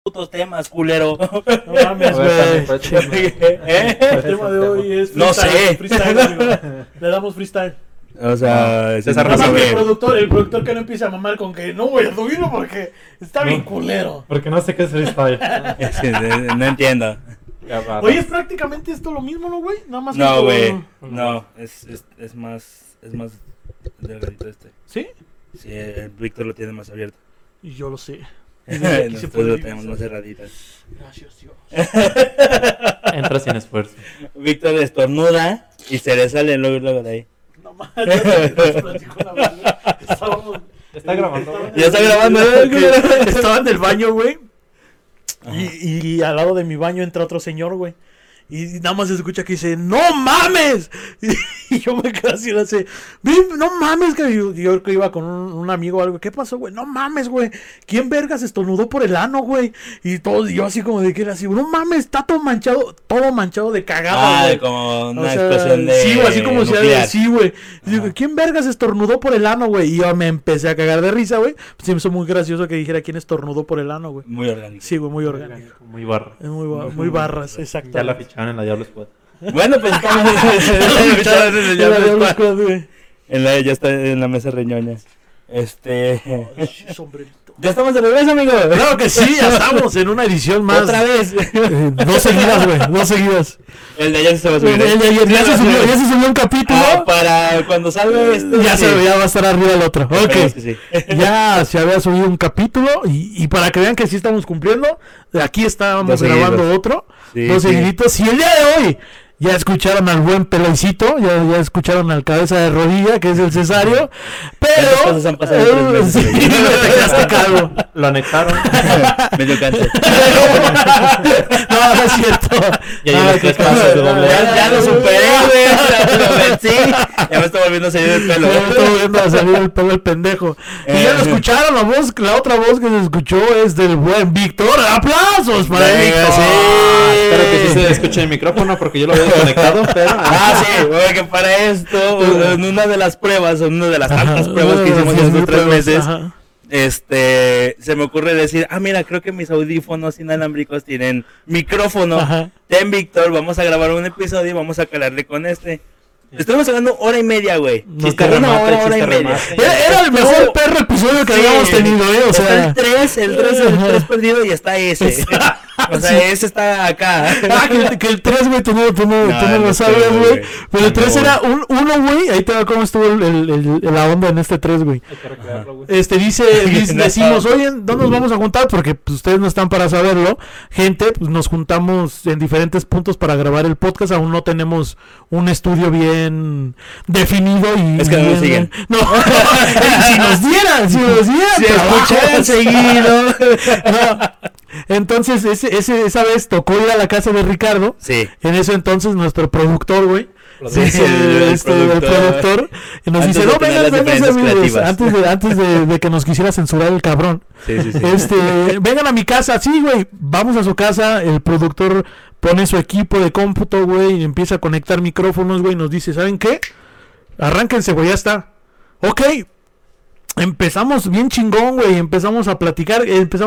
putos temas, culero. No mames, güey. El tema de hoy es freestyle. No sé. Freestyle, amigo. Le damos freestyle. O sea, César Nada más Rosa, que güey. el productor que no empiece a mamar con que no voy a subirlo porque está bien culero. Porque no sé qué es freestyle. no entiendo. Oye, es prácticamente esto lo mismo, ¿no, güey? Nada más No, que güey. No, es más delgadito este. ¿Sí? Sí, el Víctor lo tiene más abierto. Y yo lo sé. Y desde aquí se Nosotros puede lo vivir. tenemos más cerraditas. Gracias, Dios. Entra sin esfuerzo. Víctor estornuda y se le sale luego de ahí. No mames, les platico una vez, güey. Estábamos... Está grabando. Ya está grabando, Estaba en el baño, güey. Y al lado de mi baño entra otro señor, güey. Y nada más se escucha que dice, ¡no mames! Y yo me quedé así, no mames, que yo que iba con un amigo o algo. ¿Qué pasó, güey? No mames, güey. ¿Quién vergas estornudó por el ano, güey? Y yo así como de que era así, no mames, está todo manchado de cagada, güey. Como una O sea, explosión de sí, güey, así como si nuclear. sí, güey. Y digo, ¿quién vergas estornudó por el ano, güey? Y yo me empecé a cagar de risa, güey. Pues sí, me hizo muy gracioso que dijera quién estornudó por el ano, güey. Muy orgánico. Sí, güey, muy orgánico. Muy barra. Es muy barras, exacto. Ya la ficharon en la Diablo Squad. Bueno, pues estamos ya está en la mesa reñoña. Sombrerito. Ya estamos de regreso, amigo. Claro que sí, ya estamos en una edición más. Otra vez. Dos seguidas, güey, dos seguidas. El de ayer se va a subir. Ya se subió un capítulo. Para cuando salga Ya va a estar arriba el otro. Ok. Sí. Ya se había subido un capítulo y para que vean que sí estamos cumpliendo, aquí estábamos Dos grabando seguidos. otro. Sí, Dos sí. seguiditos. Y el día de hoy ya escucharon al buen Peloncito, ya escucharon al cabeza de rodilla, que es el Cesario. Pero. Esas cosas han pasado en 3 meses. Sí, te quedaste calvo. Lo anexaron. Medio cáncer. No es cierto. Ya llevas 3 pasos de doble. Ya lo superé, güey. Lo vencí. Ya me está volviendo a salir el pelo. Ya me está volviendo a salir el pelo el pendejo. Y ya lo escucharon, la otra voz que se escuchó es del buen Víctor. ¡Aplausos para el Venga, Víctor! sí. Espero que sí se escuche el micrófono porque yo lo había desconectado, pero... Sí, porque para esto, en una de las pruebas, en una de las tantas pruebas que hicimos ya hace 3 meses, Ajá. se me ocurre decir, mira, creo que mis audífonos inalámbricos tienen micrófono. Ajá. Ten, Víctor, vamos a grabar un episodio y vamos a calarle con este. Estuvimos hablando hora y media, güey. Chiste Una remate, hora y chiste media. remate. Era el mejor perro episodio que Sí. habíamos tenido, o Está sea. el 3 perdido y está ese. O sea, Sí. ese está acá. Que el 3, güey, tú no No lo sabes, creo, güey. güey. Pero el 3 No. era un 1, güey. Ahí te va cómo estuvo la onda en este 3, güey. Hay que recrearlo, güey. Decimos, oye, ¿dónde nos vamos a juntar? Porque pues, ustedes no están para saberlo. Gente, pues nos juntamos en diferentes puntos para grabar el podcast. Aún no tenemos un estudio bien definido y... Es que no nos siguen. No, si nos dieran. Si trabajo. escucharan seguido. No. Entonces, esa vez tocó ir a la casa de Ricardo. Sí. En eso entonces nuestro productor, güey. Sí, Sí, el productor y nos Antes dice, de no, tener las vengan, diferencias amigos, creativas. antes de que nos quisiera censurar el cabrón. Sí. Vengan a mi casa, sí, güey. Vamos a su casa, el productor pone su equipo de cómputo, güey, y empieza a conectar micrófonos, güey, y nos dice, ¿saben qué? Arránquense, güey, ya está. Ok. Empezamos bien chingón, güey. Empezamos a platicar.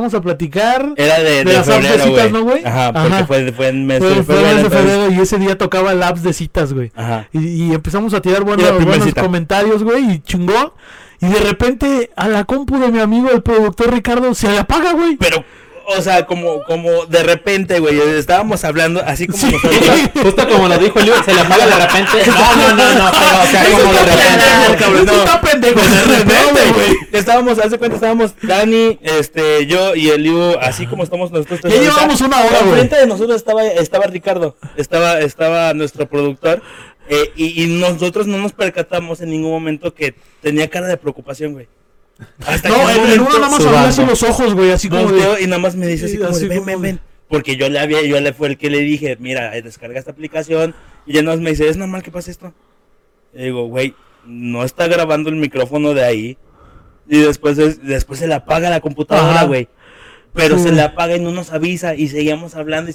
Era de las apps de febrero, citas, güey. ¿no, güey? Ajá, porque fue en mes Fue de el febrero. mes de entonces- febrero y ese día tocaba el apps de citas, güey. Ajá. Y empezamos a tirar Y la primer buenos cita. comentarios, güey, y chingón. Y de repente a la compu de mi amigo, el productor Ricardo, se le apaga, güey. Pero, o sea, como de repente, güey, estábamos hablando así como Sí. nosotros. Justo como lo dijo Liu, se le apaga de repente. No, pero o sea, como de repente. cabrón, Eso no. está pendejo, de repente, güey. Estábamos, hace cuenta, estábamos Dani, yo y el Liu, así como estamos nosotros. Ya llevamos una hora, güey. Enfrente de nosotros estaba Ricardo, estaba nuestro productor, y nosotros no nos percatamos en ningún momento que tenía cara de preocupación, güey. Hasta No, que en un el uno momento nada más sudando. abrió así los ojos, güey, así como volteó de... y nada más me dice así Sí, como así de, como de- ven. Porque yo le fue el que le dije, mira, descarga esta aplicación. Y ya nos me dice, ¿es normal que pase esto? Y digo, güey, no está grabando el micrófono de ahí. Y después se le apaga la computadora, Ajá. güey. Pero Sí. se le apaga y no nos avisa. Y seguíamos hablando.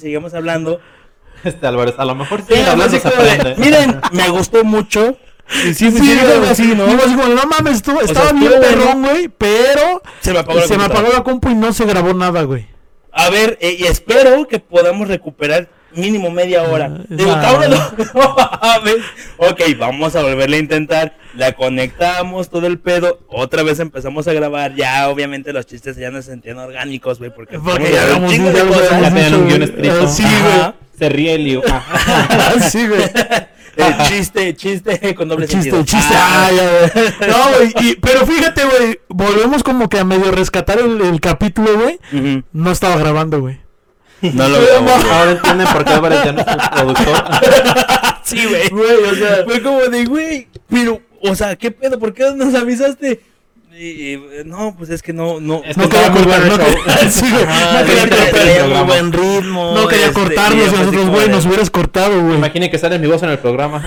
Álvarez, a lo mejor sí, Sí, hablando así se como de, aprende. miren, me gustó mucho. Y sí, güey, así, ¿no? Digo así como, no mames, estaba sea, bien estuvo perrón, güey, pero Se me apagó la se me computadora. apagó la compu y no se grabó nada, güey. a ver, y espero que podamos recuperar mínimo media hora. Digo, No. cabrón, no mames. Ok, vamos a volverle a intentar. La conectamos, todo el pedo. Otra vez empezamos a grabar. Ya, obviamente, los chistes ya no se sentían orgánicos, güey. Porque ya un hagamos chingo un- de ya lo cosas. hagamos Ya tenían un guión mucho, escrito. sí, Ajá. Se ríe el lío. Sí, güey. Chiste con doble Chiste, sentido. chiste. Ah, ya, güey. No, güey. Pero fíjate, güey. Volvemos como que a medio rescatar el capítulo, güey. Ujú. No estaba grabando, güey. No lo veo. Ahora entienden por qué Álvarez ya no es el productor. Sí, güey. Güey, o sea. Fue como de, güey, pero, o sea, ¿qué pedo? ¿Por qué nos avisaste? No, pues es que no. Es No que quería estaba muy cortar, bueno no el show. quería, sí, güey, Ajá, no quería güey, cortar, traía el muy programa. buen ritmo. no quería cortarnos, y y fue así nosotros, como güey, de- nos hubieras cortado, güey. Imaginen que sale mi voz en el programa.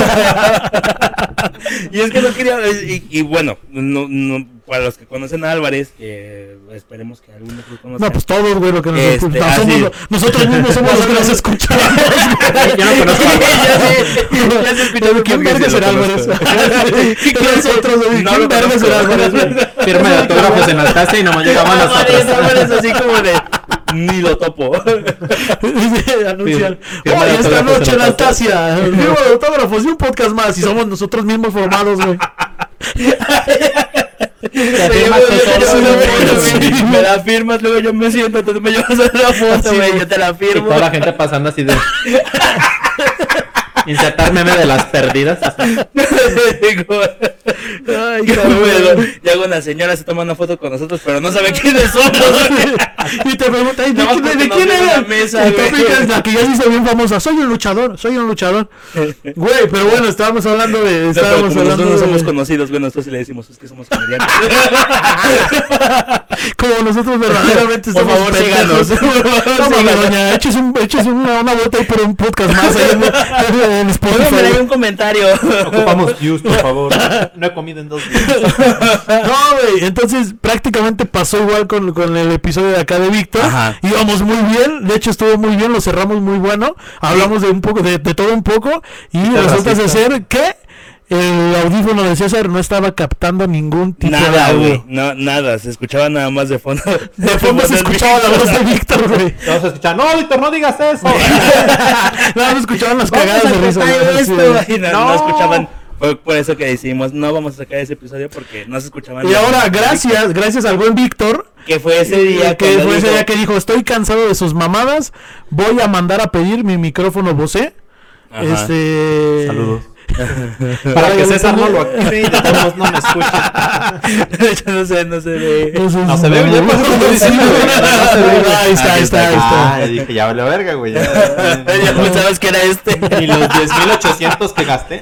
Y es que no quería. Y bueno, para los que conocen a Álvarez, que esperemos que algunos lo conozcan. No, pues todos, güey, lo que nos Así. nosotros mismos somos los que nos escuchamos. Yo no conozco a Álvarez. Ya se escuchó ¿Quién verga será Álvarez? Nosotros, güey, No ¿quién lo verga conozco. será Álvarez, güey? Firma de autógrafos en Altacia y nomás llegaban nosotros. Álvarez así como de. Ni lo topo. Anuncian. Firma de Oye, esta autógrafos noche en en Altacia, firma de autógrafos y un podcast más. Y somos nosotros mismos formados, güey. firmas tú solo, güey. Me la firmas, luego yo me siento, entonces me llevas a la foto, Sí, güey, güey. yo te la Y firmo. toda la gente pasando así de. Insertar meme de las perdidas. Digo, Ay, qué cabrón. pedo. Y hago una señora se toma una foto con nosotros, pero no sabe quiénes somos. Y te preguntan, ¿de Nada más quién, porque de nos quién ven en eres? la mesa, Y tú güey. aplicas la que ya se hizo bien famosa. Soy un luchador. Güey, pero bueno, estábamos hablando de. No, pero Estábamos como hablando nosotros no somos de. conocidos, güey, nosotros sí le decimos, es que somos comediantes. Como nosotros verdaderamente Por somos favor, pendejos. síganos. No mames, doña, eches una vuelta ahí por un podcast más ahí en Spotify. Pónganme ahí un comentario. Ocupamos views, por favor. No he comido en 2 días. No, güey, entonces prácticamente pasó igual con el episodio de acá de Víctor. Ajá. Íbamos muy bien, de hecho estuvo muy bien, lo cerramos muy bueno. Hablamos de un poco, de todo un poco. Y resulta de ser que el audífono de César no estaba captando ningún tipo de Nada, audio. güey, no, nada, se escuchaba nada más de fondo. De fondo se escuchaba la voz de Víctor, güey. Todos escuchan, no, Víctor, no digas eso. Nada más escuchaban las Vamos cagadas a de risa. sacar güey, esto. sí, güey. Y no escuchaban. Fue por eso que decidimos, no vamos a sacar ese episodio porque no se escuchaban. Y ahora, gracias al buen Víctor, Que fue ese día que cuando fue ese dijo- día que dijo, estoy cansado de sus mamadas, voy a mandar a pedir mi micrófono Bose. Ajá. Saludos. Para que César no lo active y de todos modos no me escuche. no se ve. No se ve, ya pasó como Sí, diciendo, güey. no se ve, güey. Ahí está, ahí está, ahí Ah, está. ya dije, ya vale verga, güey. Ya Ya. pensabas que era este. Y los 10,800 que gasté.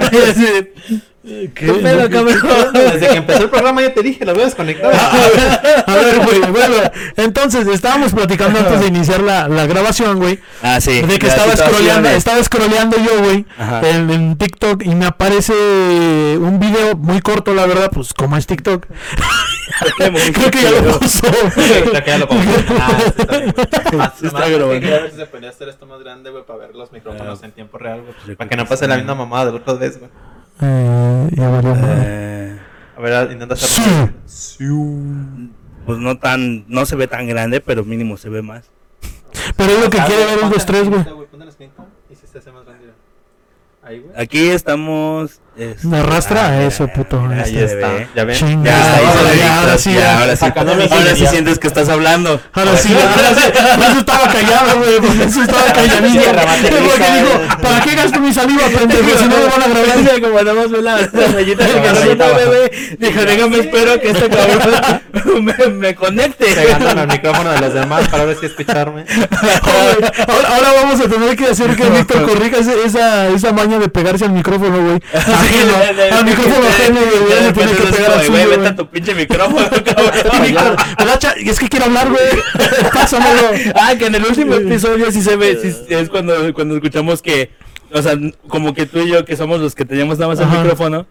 ¿Qué pedo, cabrón? Desde que empezó el programa ya te dije, lo voy a desconectar. A ver, güey, bueno, entonces estábamos platicando antes de iniciar la grabación, güey. Ah, sí. De que las estaba scrolleando yo, güey, Ajá. en TikTok y me aparece un video muy corto, la verdad, pues como es TikTok. Creo que ya lo puso. Creo que ya lo pongo. Ah, sí, está bien, güey. Sí está grabando. Quería ver si se podía hacer esto más grande, güey, para ver los micrófonos en tiempo real, güey. Para que no pase la misma mamada de la otra vez, güey. Ya valió madre. A ver, intenta hacerlo. Pues no se ve tan grande, pero mínimo se ve más. Pero es lo que quiere ver un 2, 3, güey. Ponte en la esquinita y si se hace más grande. Ahí, güey. Aquí estamos. Me arrastra mira, eso, puto. mira, Ahí se está. ve. ¿Ya ven? Chinga. Ya, ahí se ve, ahora sí, ya, ahora sí. Sacando mi Ahora sí ingeniería. sientes que estás hablando. Ahora sí, por eso estaba callado, güey. Por eso estaba calladito. Sí, remate Porque risa, dijo, ¿para qué gasto mi saliva, pendejo? Si no me van a grabar. Gracias, como andamos ve la rayita de que La no se rayita mueve, abajo. güey. Dijo, déjame espero que este cabrón me conecte. Pegándome al micrófono de los demás para ver si escucharme. Ahora vamos a tener que hacer que Víctor corrija esa maña de pegarse al micrófono, güey. Ajeno, al micrófono ajeno, güey. Ya se tiene que pegar al suyo, Güey, vete güey. a tu pinche micrófono, cabrón. Víctor, ¿verdad, es que quiero hablar, güey. Pásamelo. Ah, que en el último episodio sí se ve, sí, es cuando escuchamos que, o sea, como que tú y yo, que somos los que teníamos nada más el Ajá. micrófono,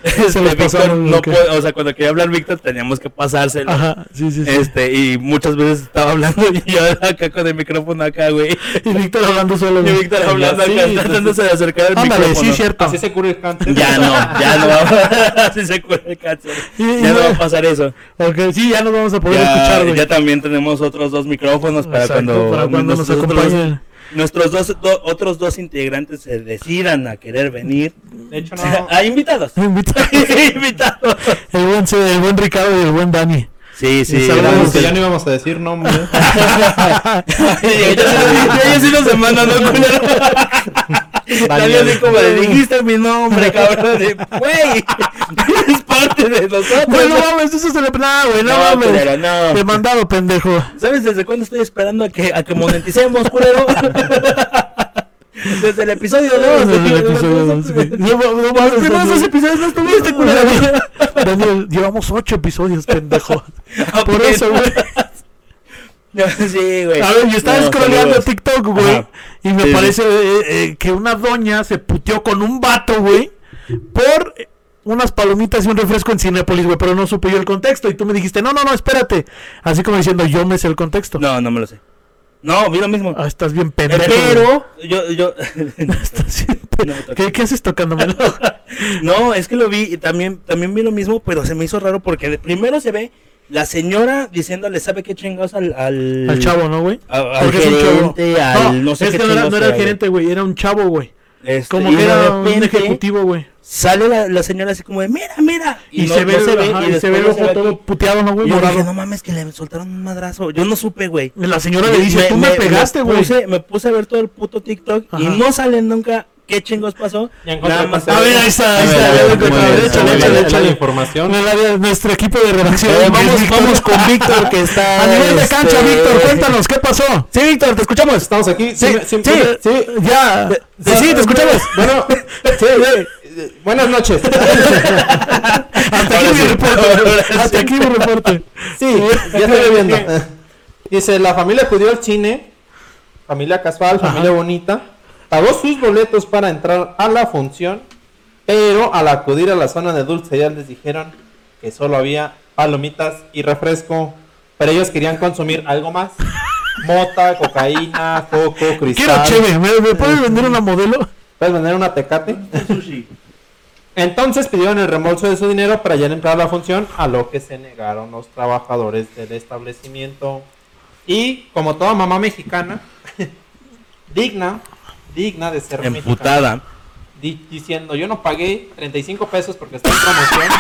Se los Víctor pasaron, no ok. puede, o sea, cuando quería hablar Víctor teníamos que pasárselo. Ajá, sí. Y muchas veces estaba hablando y yo acá con el micrófono acá, güey. Y Víctor hablando solo. Y güey. Víctor hablando Sí, acá, entonces- tratándose de acercar al Ándale, micrófono. sí, cierto. Así se cura el cáncer. Ya no. Así se cura el cáncer. Y Ya no va a pasar eso. Ok, sí, ya nos vamos a poder escuchar, güey. Ya también tenemos otros 2 micrófonos para Exacto, para cuando nos acompañen. Nuestros otros dos integrantes se decidan a querer venir. De hecho, no. Hay invitados. Invitados. Invitados. El buen Ricardo y el buen Dani. Sí, sí. Saludos. Sabemos que ya no íbamos a decir nombres. Ellos sí nos demandan, ¿no, culero? También así como le dijiste mi nombre, cabrón. Güey, eres parte de nosotros. Güey, no mames, eso se le... No, güey, no No, mames. culero, no. Demandado, pendejo. ¿Sabes desde cuándo estoy esperando a que moneticemos, culero? Desde el episodio 2. Desde el episodio dos, güey. No mames, Los primeros 2 episodios no estuviste, culero. Daniel, llevamos 8 episodios, pendejo. Por eso, güey. Sí, güey. A ver, yo estaba No, scrolleando saludos. TikTok, güey. Ajá. Y me Sí, parece que una doña se puteó con un vato, güey. Por unas palomitas y un refresco en Cinépolis, güey. Pero no supe yo el contexto. Y tú me dijiste, no, espérate. Así como diciendo, yo me sé el contexto. No, no me lo sé. No, vi lo mismo. Ah, estás bien pendejo. Pero yo Estás bien No me pendejo. toques. ¿Qué haces tocándomelo? No, es que lo vi y también vi lo mismo, pero se me hizo raro porque primero se ve la señora diciéndole, ¿sabe qué chingados Al chavo, ¿no, güey? al Porque es un chavo. gerente, al no sé es qué que no era chingados el era, gerente, güey. Era un chavo, güey. Como y que de era un repente ejecutivo, güey. Sale la señora así como de, mira. Y no- se ve, no se ve, ajá, y y se ve el después ojo todo aquí. puteado, ¿no, güey? Y yo Morado. dije, no mames, que le soltaron un madrazo. Yo no supe, güey. La señora le dice, tú me pegaste, güey. Me puse a ver todo el puto TikTok y Ajá. no sale nunca qué chingos pasó. Ya encontré Nada más. el A ver, ahí está, A ver, ya lo encontré. muy bien, Échale, muy échale, bien. échale. La información. Nuestro equipo de redacción. Vamos con Víctor, que está. A nivel de cancha, este, Víctor, cuéntanos, ¿qué pasó? Sí, Víctor, te escuchamos. Estamos aquí. Sí, Ya. Sí, te escuchamos. Bueno, buenas noches. Hasta aquí mi reporte. Hasta aquí mi reporte. Sí, ya estoy viendo. Dice, la familia acudió al cine, familia casual, familia bonita, pagó sus boletos para entrar a la función, pero al acudir a la zona de dulce ya les dijeron que solo había palomitas y refresco, pero ellos querían consumir algo más. Mota, cocaína, coco, Quiero cristal. cheve. ¿Me puedes vender una modelo? ¿Puedes vender una Tecate? Sushi. Entonces pidieron el reembolso de su dinero para ya entrar a la función, a lo que se negaron los trabajadores del establecimiento. Y como toda mamá mexicana, digna de ser Emputada. mexicana, diciendo, yo no pagué 35 pesos porque está en promoción.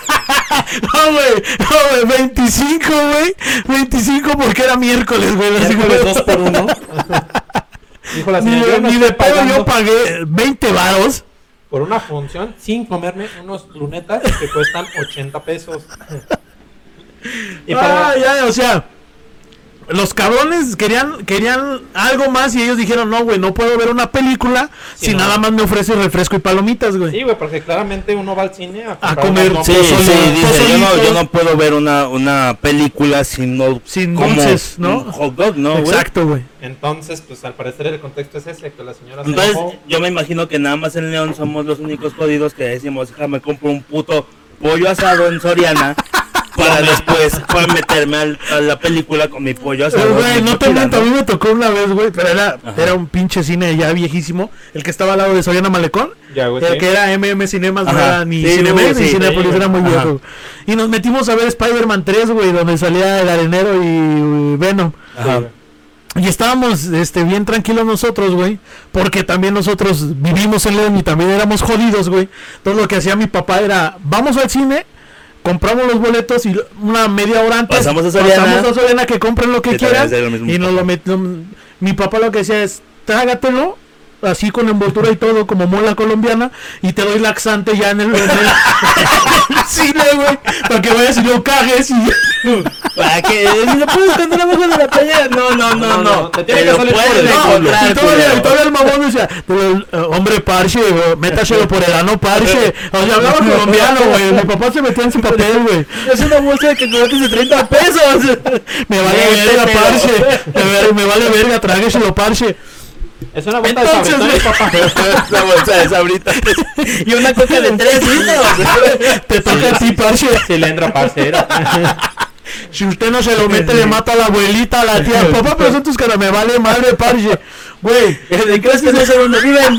No, güey, 25, güey. 25 porque era miércoles, güey. Así Miércoles como- 2 por 1. Dijo la Ni señora, yo no ni estoy de pedo pagando yo pagué 20 varos. por una función sin comerme unos lunetas que cuestan 80 pesos. Y para... Ya, o sea, los cabrones querían algo más y ellos dijeron, no, güey, no puedo ver una película Sí, si no. nada más me ofrece refresco y palomitas, güey. Sí, güey, porque claramente uno va al cine a comprar comer, unos Sí, pozole, sí, dice, pozolitos. yo no puedo ver una película sin como dulces, ¿no? un hot dog, ¿no, güey? Exacto, güey. Entonces, pues al parecer el contexto es ese, que la señora se Entonces, enojó. yo me imagino que nada más en León somos los únicos jodidos que decimos, déjame compro un puto pollo asado en Soriana para después para meterme a la película con mi pollo asado. Güey, en mi no te mochila, miento, a ¿no? mí me tocó una vez, güey, pero Ajá. era un pinche cine ya viejísimo, el que estaba al lado de Soriana Malecón, Ya, güey, el sí. que era Cinemas, no Ajá. era ni Sí, Cinemex sí, ni sí, Cinépolis, sí, era muy ajá. viejo. Y nos metimos a ver Spider-Man 3, güey, donde salía el arenero y Venom. Ajá. Sí, Y estábamos bien tranquilos nosotros, güey, porque también nosotros vivimos en León y también éramos jodidos, güey. Entonces lo que hacía mi papá era, vamos al cine, compramos los boletos y una media hora antes Pasamos a Soriana. Que compren lo que Que también quieran hacía lo mismo y mi nos mi papá lo que decía es, trágatelo así con envoltura y todo como mola colombiana y te doy laxante ya en el cine, güey, para que vayas y no cagues y Para que lo puedes encontrar abajo de la playera. No. te tiene Te que lo salir por puedes el encontrar, y todavía culero. el mamón decía, hombre, parche, métaselo por el ano, parche. O sea, hablaba colombiano, güey. Mi papá se metía en su papel, güey. Es una bolsa de cacahuates de 30 pesos. Me vale Métetelo. verga, parche. Me vale verga, trágueselo, parche. Es una bolsa Entonces, de sabritones, papá. La bolsa de sabritas. Y una coca de 3 litros. Te toca a ti, parce. Cilindro, parcero. Si usted no se lo mete, le mata a la abuelita, a la tía. Papá, pero son tus caras, me vale madre, parce. Güey, ¿De crees que no sé dónde viven?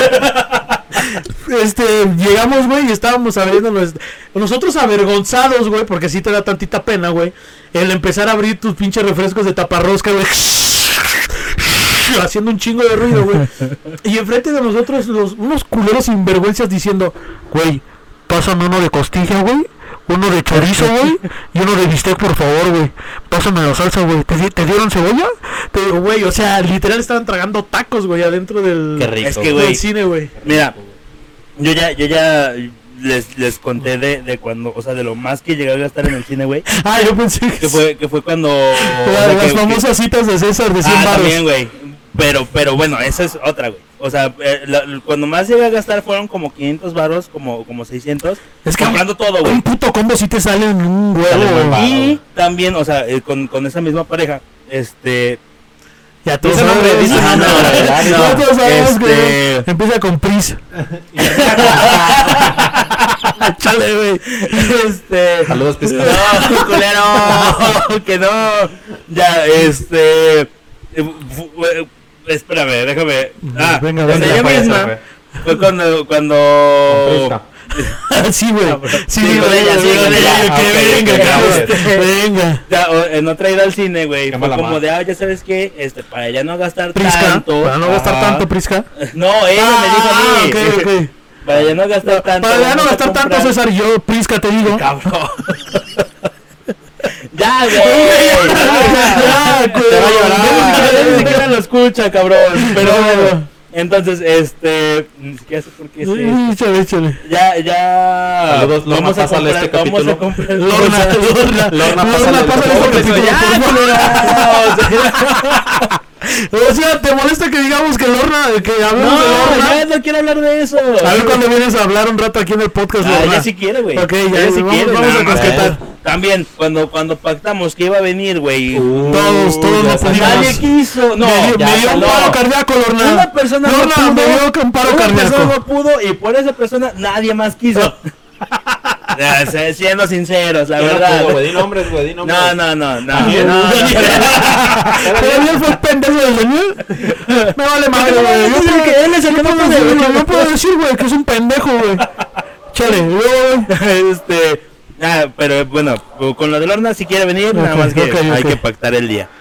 Llegamos, güey, y estábamos abriéndonos. Nosotros avergonzados, güey, porque sí te da tantita pena, güey. El empezar a abrir tus pinches refrescos de taparrosca, güey. Haciendo un chingo de ruido, güey. Y enfrente de nosotros, unos culeros sinvergüenzas diciendo, güey, pásame uno de costilla, güey. Uno de chorizo, güey. Y uno de bistec, por favor, güey. Pásame la salsa, güey. ¿Te dieron cebolla? Te digo, güey, o sea, literal estaban tragando tacos, güey, adentro del, Qué rico. Es que, güey, del cine, güey. mira, yo ya les conté de cuando, o sea, de lo más que llegué a gastar en el cine, güey. Ah, yo pensé Que fue cuando... las famosas citas de César de 100 baros. también, güey. Pero bueno, esa es otra, güey. O sea, cuando más llegué a gastar fueron como 500 varos, como 600. Es que comprando todo, güey. un puto combo sí te sale en un Sale huevo, buen güey. Y también, o sea, con esa misma pareja, Ya todos Dice nombre, sabemos. dice nombre, la verdad, Ya no, todos sabemos que empieza con Pris. Chale, güey. Saludos, pescado. No, culero, que no. Ya, espérame, déjame. Venga, cuando venga, ella fue, misma se fue. fue cuando Con Sí, güey. Sí, con ella, que ok, venga, ok, cabrón. ok. Venga. ya, en otra ida al cine, güey, Qué fue mala como madre. de, ya sabes qué, para ya no gastar Prisca. tanto. Para no gastar Ajá. tanto, Prisca. No, ella me dijo a mí. Ok, ok. Para ya no gastar tanto. Para ya no vamos a gastar tanto, comprar- César, yo, Prisca, te digo. Cabrón. Ya, güey. Ya, Te va a llorar. Ni güey. siquiera lo escucha, cabrón. Pero bueno. Entonces, ni siquiera sé por qué Échale, échale. ya. Saludos, Lorna, pásale este vamos a capítulo. comprar. Lorna, pásale el pásale este Pues capítulo, ya, por favor. culera. O sea, ¿te molesta que digamos que Lorna, que hablemos de No, Lorna? ya no quiero hablar de eso. A ver cuando vienes a hablar un rato aquí en el podcast, Lorna. Ya si quiere, güey. Ok, ya, Ella sí vamos- quiere, vamos nada a más. casquetar. También, cuando pactamos que iba a venir, güey. Todos ya no está. pudimos. Nadie quiso. No, me ya dio un no. paro cardíaco, Lorna. Una persona Lorna, no pudo. me dio un paro Una persona cardíaco. no pudo y por esa persona nadie más quiso. Ya, siendo sinceros, la verdad. Güey, di nombres, güey, di nombres. No. Daniel. ¿Pero él fue el pendejo del Daniel? Me vale madre, no güey. me Yo dices puedo- que él es el que no yo puedo puede, decir, güey. yo puedo decir, güey, que es un pendejo, güey. Chale, güey. Pero bueno, con lo de Lorna si quiere venir, nada Ok, más que ok, hay ok. que pactar el día.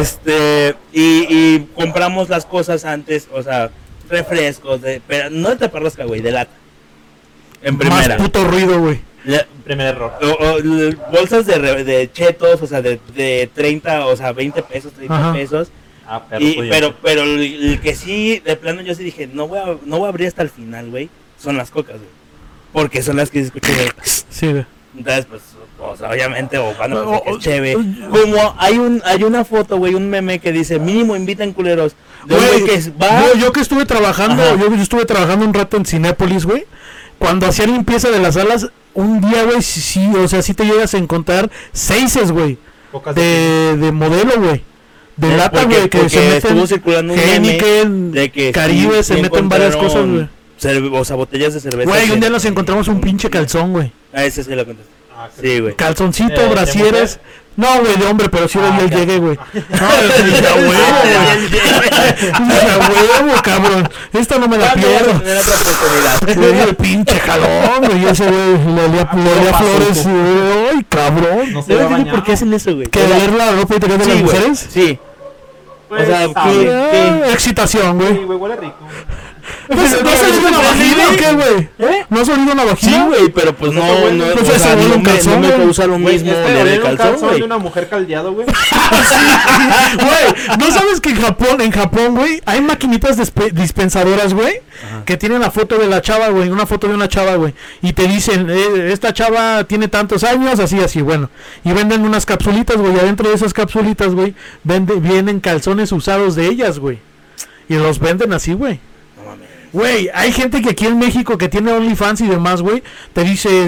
Y compramos las cosas antes, o sea, refrescos, pero no de taparrosca, güey, de lata. En primera. Más puto ruido, güey. Primer error. Bolsas de chetos, o sea, de 30, o sea, 20 pesos, 30 Ajá. pesos. Ah, Pero el que sí, de plano yo sí dije, no voy a abrir hasta el final, güey, son las cocas, güey. Porque son las que se escuchan. Sí, güey. Entonces, pues, o sea, obviamente, o van a pensar que O- es chévere. Como hay una foto, güey, un meme que dice, mínimo invitan culeros. De un Güey, güey que va... yo que estuve trabajando, Ajá. yo estuve trabajando un rato en Cinépolis, güey. Cuando hacía limpieza de las salas, un día, güey, sí, o sea, sí te llegas a encontrar seises, güey, Pocas de modelo, güey. De lata, porque- güey, que porque se estuvo meten circulando un meme Heineken, de que Caribe, sí se meten varias cosas, encontraron güey. o sea, botellas de cerveza. Güey, un día en- nos encontramos un pinche calzón, güey. Ese sí lo contaste. Ah, Sí, güey. Calzoncito, ¿De brasieres. No, güey, de hombre, pero sí Ah, le di ya. el llegue, güey. No, de huevo, de huevo, cabrón. Esta no me la ¿Cuándo vamos a pierdo. tener otra oportunidad? Le di el pinche jalón, güey. Y ese güey le olía pasó, flores. tú. Güey. Ay, cabrón. No se va a bañar. ¿Por qué hacen eso, güey? ¿Que leer la ropa interior de Sí, las güey. mujeres? Sí. Pues, O sea, sabe. Excitación, Sí, güey. güey, huele rico. ¿No has olido una vagina o qué, güey? ¿Eh? ¿No has olido una Sí, vagina? güey, pero pues no, Pues no, pues o eso sea, huele no un me, calzón, no me güey. causa lo Güey, mismo este de olía un calzón, calzón güey. de una mujer caldeado, güey. Güey, ¿no sabes que en Japón, güey, hay maquinitas dispensadoras, güey, que tienen la foto de la chava, güey, una foto de una chava, güey, y te dicen, esta chava tiene tantos años, así, bueno, y venden unas capsulitas, güey, y adentro de esas capsulitas, güey, vienen calzones usados de ellas, güey, y los venden así, güey. No mames. Güey, hay gente que aquí en México que tiene OnlyFans y demás, güey, te dice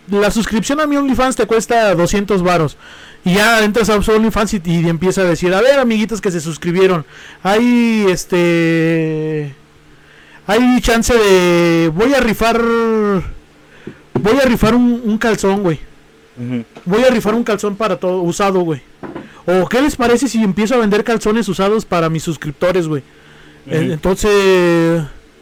la suscripción a mi OnlyFans te cuesta 200 varos. Y ya entras a su OnlyFans y empieza a decir, a ver, amiguitos que se suscribieron, hay hay chance de voy a rifar un calzón, güey. Voy a rifar un calzón para todo usado, güey. O ¿qué les parece si empiezo a vender calzones usados para mis suscriptores, güey? Entonces,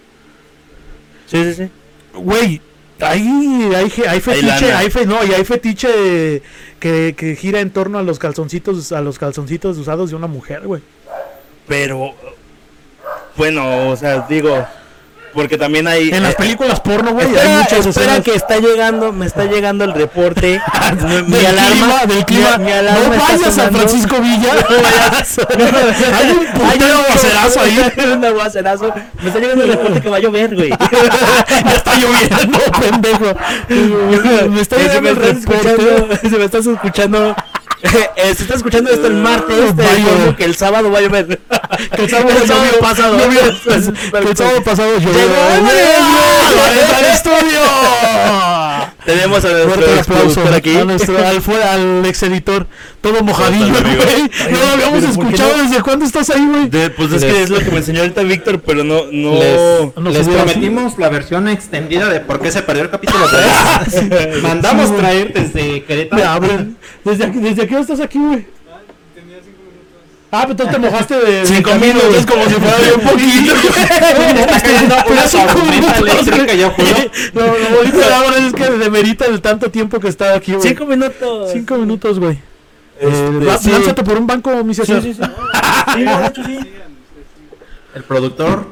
Sí. güey, hay fetiche, hay fetiche que gira en torno a los calzoncitos usados de una mujer, güey. Pero, bueno, o sea, digo, porque también hay... En las películas porno, güey, hay muchas espera escenas. que me está llegando el reporte. Del clima. Mi alarma No está vayas a sonando. Francisco Villa. Hay un puntero aguacerazo ahí. Un aguacerazo. Me está llegando el reporte que va a llover, güey. Ya está lloviendo, pendejo. Me está llegando el reporte. Se me estás escuchando. Se está escuchando esto el martes, Vaya. que el sábado va a llover. Que el sábado pasado. Que el sábado pasado llovió. ¡Llegó! ¡Al estudio! Tenemos a Fuerte nuestro aplauso productor aquí. al ex editor, todo mojadillo, amigo. güey. No lo habíamos pero ¿por qué escuchado. no? ¿Desde cuándo estás ahí, güey? Pues es que es lo que me enseñó ahorita Víctor, pero no. Les prometimos la versión extendida de por qué se perdió el capítulo 3. Mandamos Sí, traer desde Querétaro. Me hablan. ¿Desde aquí estás aquí, güey? Ah, pero tú te mojaste de 5 minutos, como si fuera de un poquito. Está cayendo una tormenta eléctrica, yo juro. Lo bonito de ahora es que demerita el tanto tiempo que está aquí, güey. 5 minutos. 5 minutos, güey. Sí. Lánzate por un banco, mi César. Sí, de hecho sí. El productor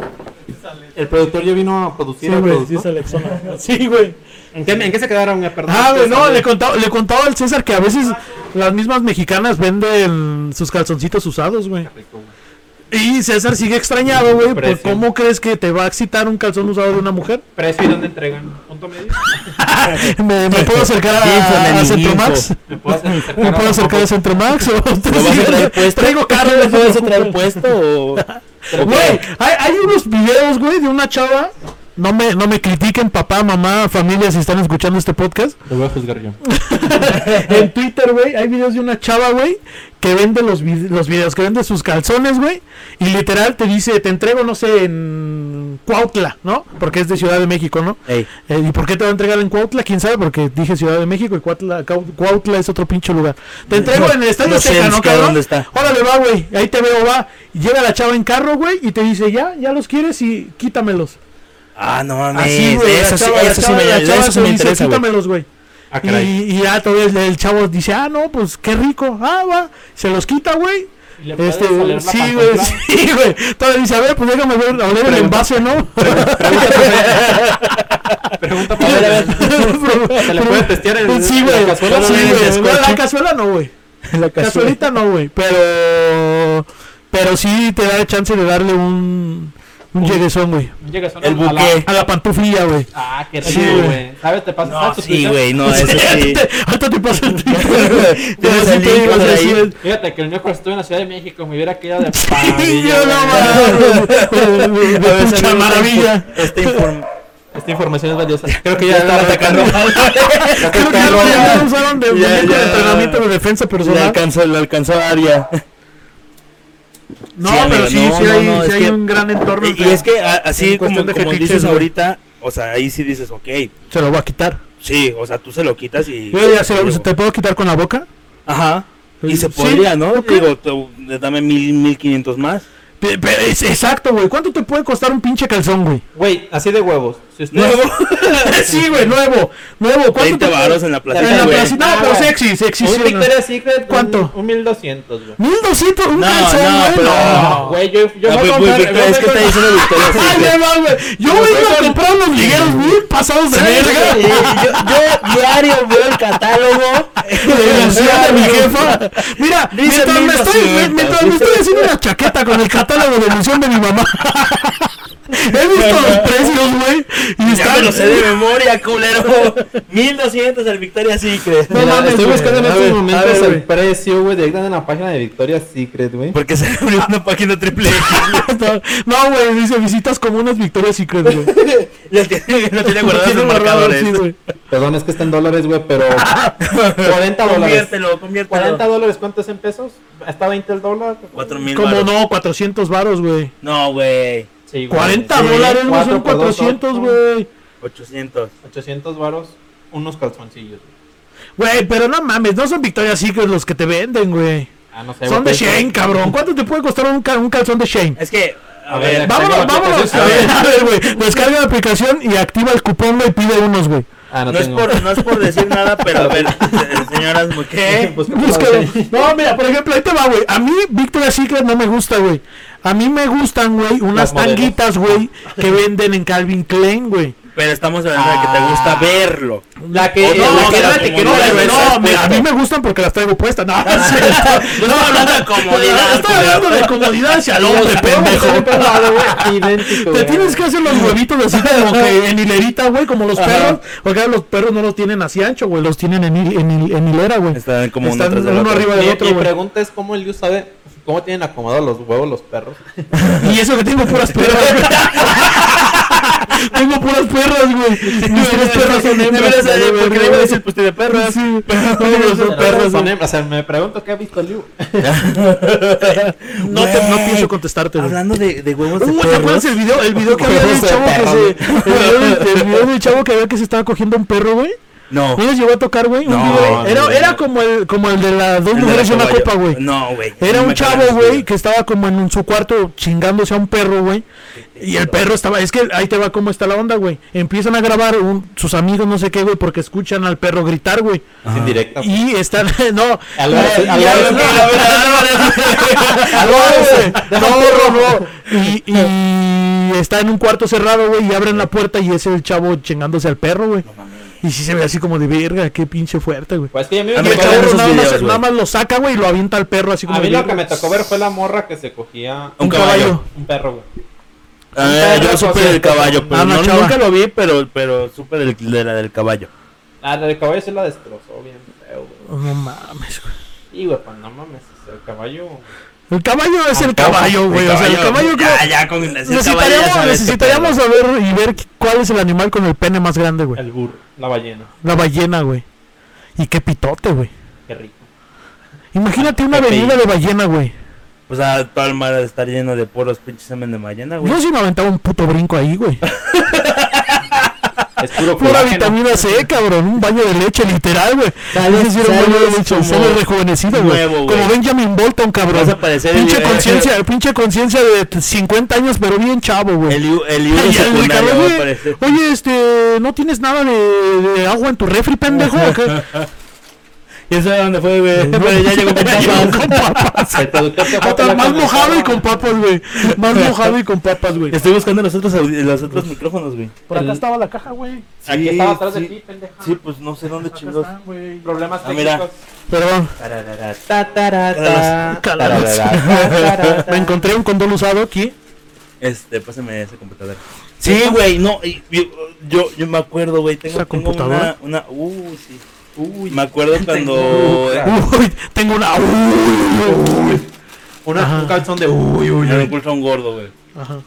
ya vino a producir. Sí, el güey, productor. sí es Alexona. Sí, güey. ¿En qué se quedaron? Perdón. Ah, güey, no, le contaba al César que a veces las mismas mexicanas venden sus calzoncitos usados, güey. Y César sigue extrañado, güey, por Precio. cómo crees que te va a excitar un calzón usado de una mujer. ¿Precio y dónde entregan? ¿Punto medio? ¿Me puedo acercar a Centromax? ¿Me puedo acercar a Centromax? ¿Lo vas a traer puesto? Traigo carro, ¿Lo vas a traer puesto o...? Güey, hay unos videos, güey, de una chava. No me critiquen, papá, mamá, familia, si están escuchando este podcast. Lo voy a juzgar yo. En Twitter, güey, hay videos de una chava, güey, que vende los videos, que vende sus calzones, güey. Y literal te dice, te entrego, no sé, en Cuautla, ¿no? Porque es de Ciudad de México, ¿no? Ey. ¿Y por qué te va a entregar en Cuautla? ¿Quién sabe? Porque dije Ciudad de México y Cuautla es otro pinche lugar. Te entrego en el Estadio no sé Azteca, ni ¿no, siquiera cabrón? dónde está. Órale, va, güey, ahí te veo, va. Y llega la chava en carro, güey, y te dice, ya los quieres y quítamelos. Ah, no mames. Así, güey, Eso la sí chava- la chava eso sí te me dice, interesa, güey. quítamelos, güey. Ah, caray. Y ya todavía el chavo dice, no, pues qué rico. Ah, va. Se los quita, güey. ¿Y le puedes oler la Sí, pantufla? güey, sí, güey. Todavía dice, a ver, pues déjame ver, oler el envase, ¿no? Pregunta para ver. ¿Se le puede testear el Sí, güey. la cazuela? Sí, el güey. descuento. La cazuela no, güey. La cazuelita no, güey. Pero sí te da chance de darle un lleguesón, güey. Llegas a El una- a la- buque. A la pantuflilla, güey. Ah, qué Sí, rico, güey. güey. ¿Sabes? Te pasas No, tu sí, Twitter. güey, no, eso sí. Ahorita te paso el Tienes Tienes el link por ahí. Fíjate que el miércoles estuve en la Ciudad de México, me hubiera quedado de Yo maravilla. no güey. mames. Pucha maravilla. Esta información es valiosa. Creo que ya estaba atacando. Creo que ya lo usaron de muñeco de entrenamiento de defensa Le personal. alcanzó a Aria. No, Sí, pero amigo, sí, no, sí no, hay, no, sí es hay que- un gran entorno. Y es que así en cuestión como de fetiches, dices güey. ahorita, o sea, ahí sí dices, ok, Se lo voy a quitar. sí, o sea, tú se lo quitas y... Yo ya ¿te puedo quitar con la boca? Ajá. Y se Sí, podría, ¿no? ok. Digo, dame 1,500 más. Pero es exacto, güey. ¿Cuánto te puede costar un pinche calzón, güey? Güey, así de huevos. Si usted Nuevo. Sí, güey, nuevo. ¿Cuánto 20 varos en la En placita, la güey. placita, no, pero sexy, un sí, Victoria's Secret, ¿Cuánto? Un 1,200, güey. 1200 un No, calzón, no, güey. pero- No. Güey, yo Ah, voy a pues, comprar... es que está diciendo Victoria Ay, Secret. no, güey. Yo voy a comprar unos ligueros bien pasados de verga. Yo diario veo el catálogo. De la ciudad de mi jefa. Mira, Dice mientras me estoy haciendo una chaqueta con el catálogo de emoción de mi mamá. He visto los precios, güey. Y está me lo sé de memoria, culero. 1200 el Victoria's Secret. No Mira, mames, estoy güey. buscando en A estos ver, momentos a ver, el güey. precio, güey, directamente en la página de Victoria's Secret, güey. Porque se abrió una página triple X. No, güey, dice visitas comunes Victoria's Secret, güey. Lo tiene guardado Tiene sus guardado, marcadores. sí, güey. Perdón, es que está en dólares, güey, pero $40. Conviértelo. $40, ¿cuánto es en pesos? ¿Está 20 el dólar? 4000 Como varos. no, 400 varos, güey. No, güey. Sí, güey. 40 Sí, dólares, no 4 son por 2, 400, 8. güey. 800. 800 varos, unos calzoncillos. Güey, pero no mames, no son Victoria's Secret los que te venden, güey. Ah, no sé. Son de güey, Shane, cabrón. ¿Cuánto te puede costar un calzón de Shane? Es que, a A ver. ver, Vámonos, tengo la vámonos. aplicación, A ver, güey. Descarga la aplicación y activa el cupón, güey, y pide unos, güey. Ah, no, No es, tengo. no es por decir nada, pero a ver, señoras, ¿qué? Pues, ¿qué Búscalo. pasa? No, mira, por ejemplo, ahí te va, güey. A mí Victoria's Secret no me gusta, güey. A mí me gustan, güey, unas Las modelos. tanguitas, güey, que venden en Calvin Klein, güey. Pero estamos hablando de que te gusta verlo. La que, Otra la cosa, que era como que no, no, pero No, es mira, a mí me gustan porque las traigo puestas. No, No estoy hablando de comodidad. Estoy hablando de comodidad hacia el hombre, pendejo. idéntico, Te güey. tienes que hacer los huevitos así como que en hilerita, güey, como los perros. Porque ahora los perros no los tienen así ancho, güey, los tienen en hilera, güey. Están como uno Están tras del uno otro. arriba del otro, Mi güey. pregunta es cómo el Liu sabe cómo tienen acomodados los huevos los perros. Y eso que tengo puras perras, güey. Tengo puras perras, güey. Mis tres perras son hembras. Deberías saber, porque debe decir, pues tiene perras. Sí, todos son perras. Son hembras. O sea, me pregunto qué ha visto el Liu. No pienso contestarte, güey. Hablando de huevos de ¿te perros. acuerdas el video que había del Huevos de chavo que perro, se... El video del chavo que había que se estaba cogiendo un perro, güey? No. ¿No les llegó a tocar, güey? Un No, video- no. Era como el de las dos El de mujeres la y una caballo. copa, güey. No, güey. Era No un me chavo, acuerdo de ese güey, video. que estaba como en su cuarto chingándose a un perro, güey. Y el perro estaba... Es que ahí te va cómo está la onda, güey. Empiezan a grabar sus amigos, no sé qué, güey, porque escuchan al perro gritar, güey. Es indirecta. Y están... No. Álvarez, y- Álvarez, y está en un cuarto cerrado, güey, y abren la puerta y es el chavo chingándose al perro, güey. Y sí se ve así como de verga, qué pinche fuerte, güey. Pues que a mí A Y mí el me chavo cagan esos nada, videos, más, güey. nada más lo saca, güey, y lo avienta al perro así como A mí de lo que verga. me tocó ver fue la morra que se cogía Un caballo. un perro, güey. Yo supe del caballo, pero Ah, no, no, chava. nunca lo vi, pero supe de la del caballo. La del caballo se la destrozó bien feo, güey. No mames, güey. Y güey, pues no mames, el caballo. El caballo es el caballo, güey. O sea, el caballo creo... Ya, con ese caballo ya sabes Necesitaríamos qué pedo. saber y ver cuál es el animal con el pene más grande, güey. El burro, la ballena. La ballena, güey. Y qué pitote, güey. Qué rico. Imagínate una qué avenida de ballena, güey. O sea, todo el mar de estar lleno de puros pinches semen de ballena, güey. Yo sí me aventaba un puto brinco ahí, güey. Es puro Pura colágeno. vitamina C, cabrón. Un baño de leche, literal, güey. Ese sí era un baño de leche. como Sale rejuvenecido, güey. nuevo, güey. Como Benjamin Bolton, cabrón. Vas a parecer Pinche conciencia de 50 años, pero bien chavo, güey. el Y libro el secundario Ricardo, va a oye, aparecer. oye, ¿no tienes nada de agua en tu refri, pendejo? ¿O qué? ¿Y eso de dónde fue, güey? Pero ya llegó con papas. Con papas. El productor se fue a Hasta pelear más con el mojado y perro. con papas, güey. Más mojado y con papas, güey. Estoy buscando los otros micrófonos, güey. Por acá estaba la caja, güey. Aquí estaba atrás de sí. ti, pendeja. Sí, pues no sé dónde Acá chingos. está, güey. Problemas Ah, mira. técnicos. Perdón. Calabaza. Me encontré un condón usado aquí. Pásame ese computador. Sí, güey, no, yo me acuerdo, güey, ¿Esa tengo computadora? sí. Me acuerdo cuando Uy, tengo una. Uy. Ajá. Un calzón de me impulsó un gordo, güey. Ajá.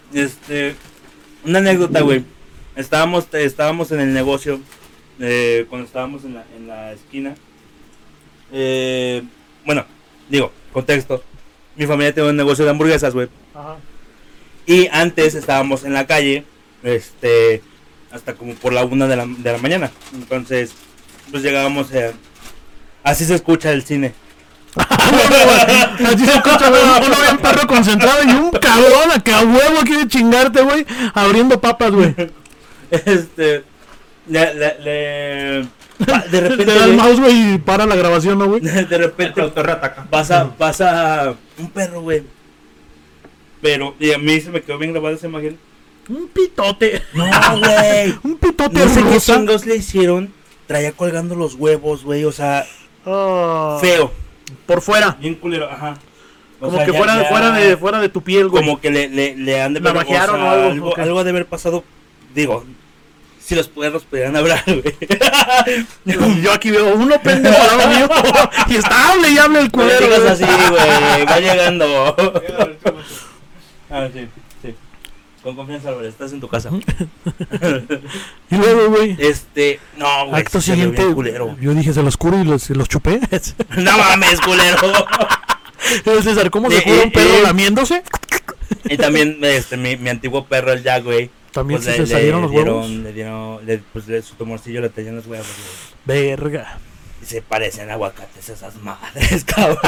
Una anécdota, güey. Estábamos en el negocio cuando estábamos en la esquina. Bueno, digo, contexto. Mi familia tiene un negocio de hamburguesas, güey. Ajá. Y antes estábamos en la calle, hasta como por la 1 de la mañana. Entonces, pues llegábamos así se escucha el cine. Así se escucha, güey. Uno ve un perro concentrado y un cabrón a que a huevo quiere chingarte, güey. Abriendo papas, güey. De repente, Te da el güey, mouse, güey, y para la grabación, ¿no, güey? de El repente productor reataca. pasa un perro, güey. Pero, y a mí se me quedó bien grabada esa imagen. Un pitote. No, güey. Un pitote No sé qué rosa. chingos le hicieron. Traía colgando los huevos, güey. O sea, Ah, feo. por fuera. Bien culero, ajá. O Como sea, que ya- fuera de tu piel, güey. Como que le han de Navajearon o algo, ok. algo ha de haber pasado. Digo, si los perros pudieran hablar, güey. Yo aquí veo uno pendejo al lado mío y está hable y hable el No le culero. digas güey. así, güey, va llegando. Sí, sí. Con confianza, Álvaro, estás en tu casa. Y luego, güey. No, güey, Acto sí se vio siguiente, bien culero. yo dije, se los curo y los chupé. No mames, culero. César, ¿cómo se cura un perro lamiéndose? Y también, mi antiguo perro, el Jack, güey. También Pues se salieron los huevos. Su tumorcillo le tenían los huevos, güey. Verga. Y se parecen aguacates esas madres, cabrón.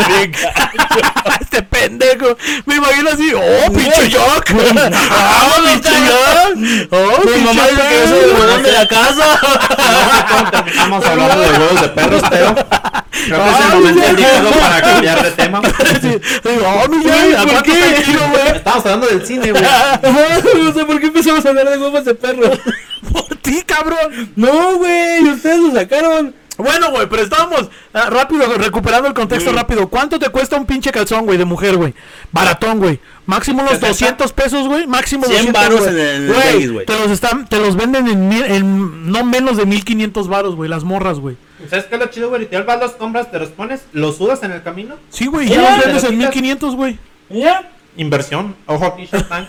Este pendejo. Me imagino así. ¡Oh, pinche Jack! ¡Ah, pinche Jack! ¡Oh, Mi mamá dice que yo soy el huevón de la casa. Estamos hablando de huevos de perros, pero creo que es el momento indicado para cambiar de tema. ¡Oh, mi Jack! ¿Por qué? Güey? Estamos hablando del cine, güey. No sé por qué empezamos a hablar de huevos de perro. Por ti, cabrón. No, güey, ustedes lo sacaron. Bueno, güey, pero estábamos rápido, recuperando el contexto rápido. ¿Cuánto te cuesta un pinche calzón, güey, de mujer, güey? Baratón, güey. Máximo unos 200 pesos, güey. Máximo 100 200 varos güey. en el Güey, Tianguis, güey. te los venden en no menos de 1500 varos, güey, las morras, güey. ¿Sabes qué es lo chido, güey? Literal, vas, los compras, te los pones, los sudas en el camino. Sí, güey, ¿Ya? ya los ¿Te vendes los en quitas? 1500, güey. ¿Ya? Inversión. Ojo aquí, Shark Tank.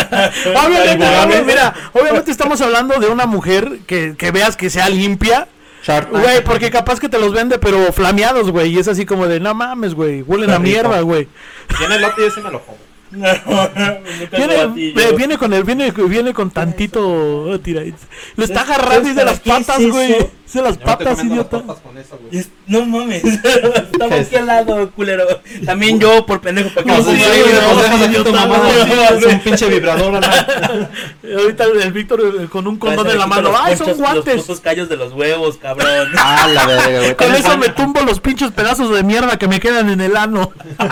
Obviamente estamos hablando de una mujer que veas que sea limpia. Shark Tank. Güey, porque capaz que te los vende, pero flameados, güey. Y es así como de, no mames, güey. Huelen a Qué rico. mierda, güey. Tiene elote y ese me lo como. Viene con tantito tiradito. Lo está agarrando y de las ¿Qué es patas, eso? güey. De las Yo me estoy patas, comiendo las idiota. papas con eso, güey. No mames. Estamos aquí al lado, culero. También yo, por pendejo, para que No, no sí, se sí, vaya, no, ¿no? sí, Aquí tu idiota, mamá no. es un pinche vibrador, ¿no? Ahorita el Víctor con un condón en la mano. ¡Ay, son Los guantes! putos callos de los huevos, cabrón. Ah, la verga, güey. Con eso me tumbo los pinches pedazos de mierda que me quedan en el ano.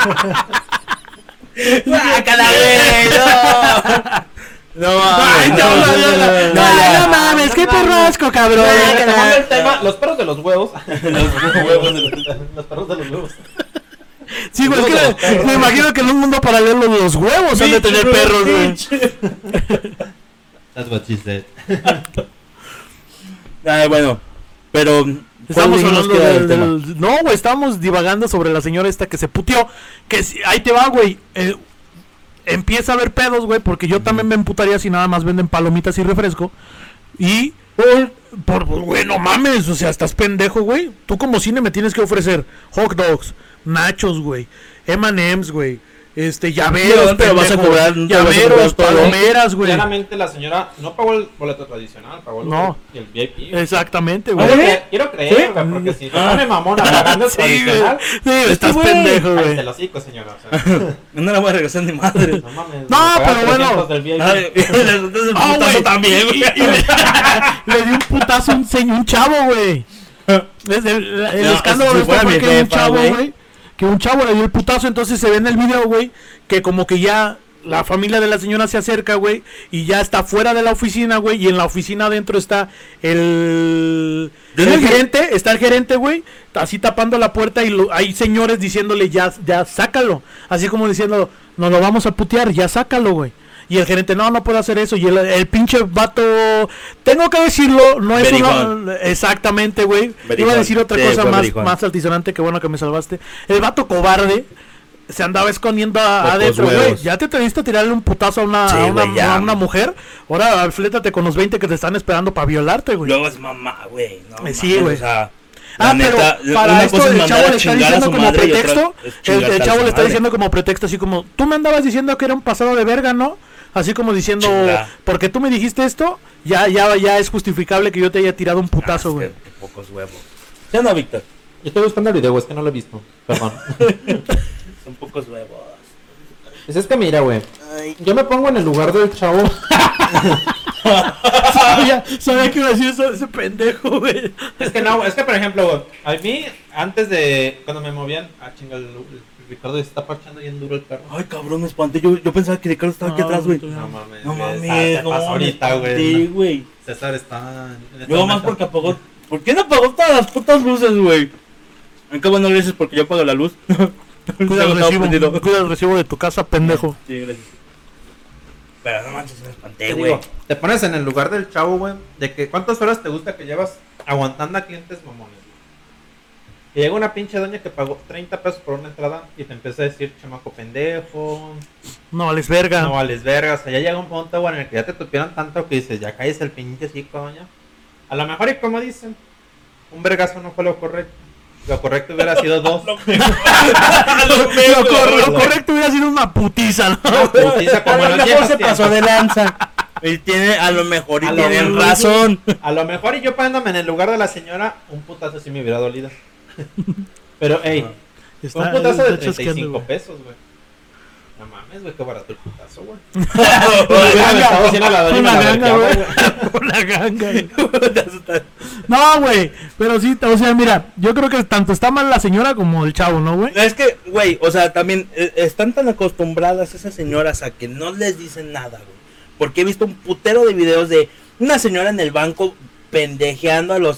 ¡Sácala, güey! No Ay, mames. no mames, qué perrasco, cabrón. Retomando el tema, los perros de los huevos. Los huevos de los- Los perros de los huevos. Sí, güey, es que me imagino que en un mundo paralelo los huevos han de tener perros, güey. That's what she said. Ay, bueno, pero Estamos ¿cuál dijimos hablando que era el tema? No, güey, estábamos divagando sobre la señora esta que se puteó. Que ahí te va, güey. Empieza a haber pedos, güey, porque yo también me emputaría si nada más venden palomitas y refresco. Y, güey, no mames, o sea, estás pendejo, güey. Tú como cine me tienes que ofrecer hot dogs, nachos, güey, M&M's, güey. Llaveros, No te lo vas a pendejo, cobrar, no te lo vas a llaveros, cobrar todo. palomeras, güey. Claramente la señora no pagó el boleto tradicional, pagó No. el VIP. Exactamente, Quiero güey. creer, quiero creer, güey, porque si no me mamona pagando el Sí, güey. tradicional, Sí, estás güey. pendejo, cállate el güey. hocico, señora. O sea, No la voy a regresar ni madre. no mames. No, me pagas pero bueno. 300 del VIP. Ay, entonces el Ah, putazo güey. también, güey. Le di un putazo a un chavo, güey. El No, escándalo si de esto fuera fue mi que un jefa, chavo, güey. güey. Que un chavo le dio el putazo, entonces se ve en el video, güey. Que como que ya la familia de la señora se acerca, güey. Y ya está fuera de la oficina, güey. Y en la oficina adentro está el gerente. Está el gerente, güey. Así tapando la puerta. Y hay señores diciéndole, ya sácalo. Así como diciendo, nos lo vamos a putear, ya sácalo, güey. Y el gerente, no puedo hacer eso. Y el pinche vato, tengo que decirlo, no es Berijón. una... Exactamente, güey. Iba Berijón. a decir otra Sí, cosa fue más, berijón. más altisonante, que bueno que me salvaste. El vato cobarde se andaba escondiendo Pocos adentro, güey. huevos. Ya te atreviste a tirarle un putazo a una, Sí, güey, ya. a una mujer. Ahora flétate con los 20 que te están esperando para violarte, güey. Luego es mamá, güey. No, Sí, mames, güey. O sea, Ah, la neta, pero para una esto cosa es el mandar chavo a le está chingar a diciendo su como madre y otra pretexto. es El chingarte a chavo su le está madre. diciendo como pretexto, así como, tú me andabas diciendo que era un pasado de verga, ¿no? Así como diciendo, Chinga. porque tú me dijiste esto, ya es justificable que yo te haya tirado un putazo, Ah, güey. es que pocos huevos. ¿Sí o no, Víctor? Yo estoy buscando el video, es que no lo he visto. Perdón. Son pocos huevos. Pues es que mira, güey. Yo me pongo en el lugar del chavo. Sabía que iba a decir eso ese pendejo, güey. Es que no, es que por ejemplo, güey, a mí, antes de. Cuando me movían. Ah, chinga, el Ricardo se está parchando bien duro el perro. Ay, cabrón, me espanté. Yo pensaba que Ricardo estaba aquí No, atrás, güey. No mames. No güey, mames, se no. pasó ahorita, me güey. espanté, güey. César está. en este Luego más momento. porque apagó. ¿Por qué no apagó todas las putas luces, güey? Aunque bueno, gracias porque yo apago la luz. Cuida Estaba el prendido. recibo de tu casa, pendejo. Sí, gracias. Pero no manches, me espanté, Te güey. digo, te pones en el lugar del chavo, güey, de que ¿cuántas horas te gusta que llevas aguantando a clientes mamones? Y llega una pinche doña que pagó 30 pesos por una entrada y te empieza a decir, chamaco pendejo, No, vales verga. no vales verga. O sea, ya llega un punto, güey, en el que ya te tupieron tanto que dices, ya caes el pinche cico, doña. A lo mejor, y como dicen, un vergazo no fue lo correcto. Lo correcto hubiera sido 2. Lo correcto hubiera sido una putiza, ¿no? Una putiza como A lo en los mejor viejos se tiempos. pasó de lanza. Y tiene, a lo mejor, y A lo tienen mejor, razón. A lo mejor, y yo poniéndome en el lugar de la señora, un putazo sí me hubiera dolido. Pero, ey, fue un putazo de 35 pesos, güey. No mames, güey, qué barato el putazo, güey. Una ganga, güey. No, güey, pero sí, o sea, mira, yo creo que tanto está mal la señora como el chavo, ¿no, güey? Es que, güey, o sea, también están tan acostumbradas esas señoras a que no les dicen nada, güey. Porque he visto un putero de videos de una señora en el banco pendejeando a los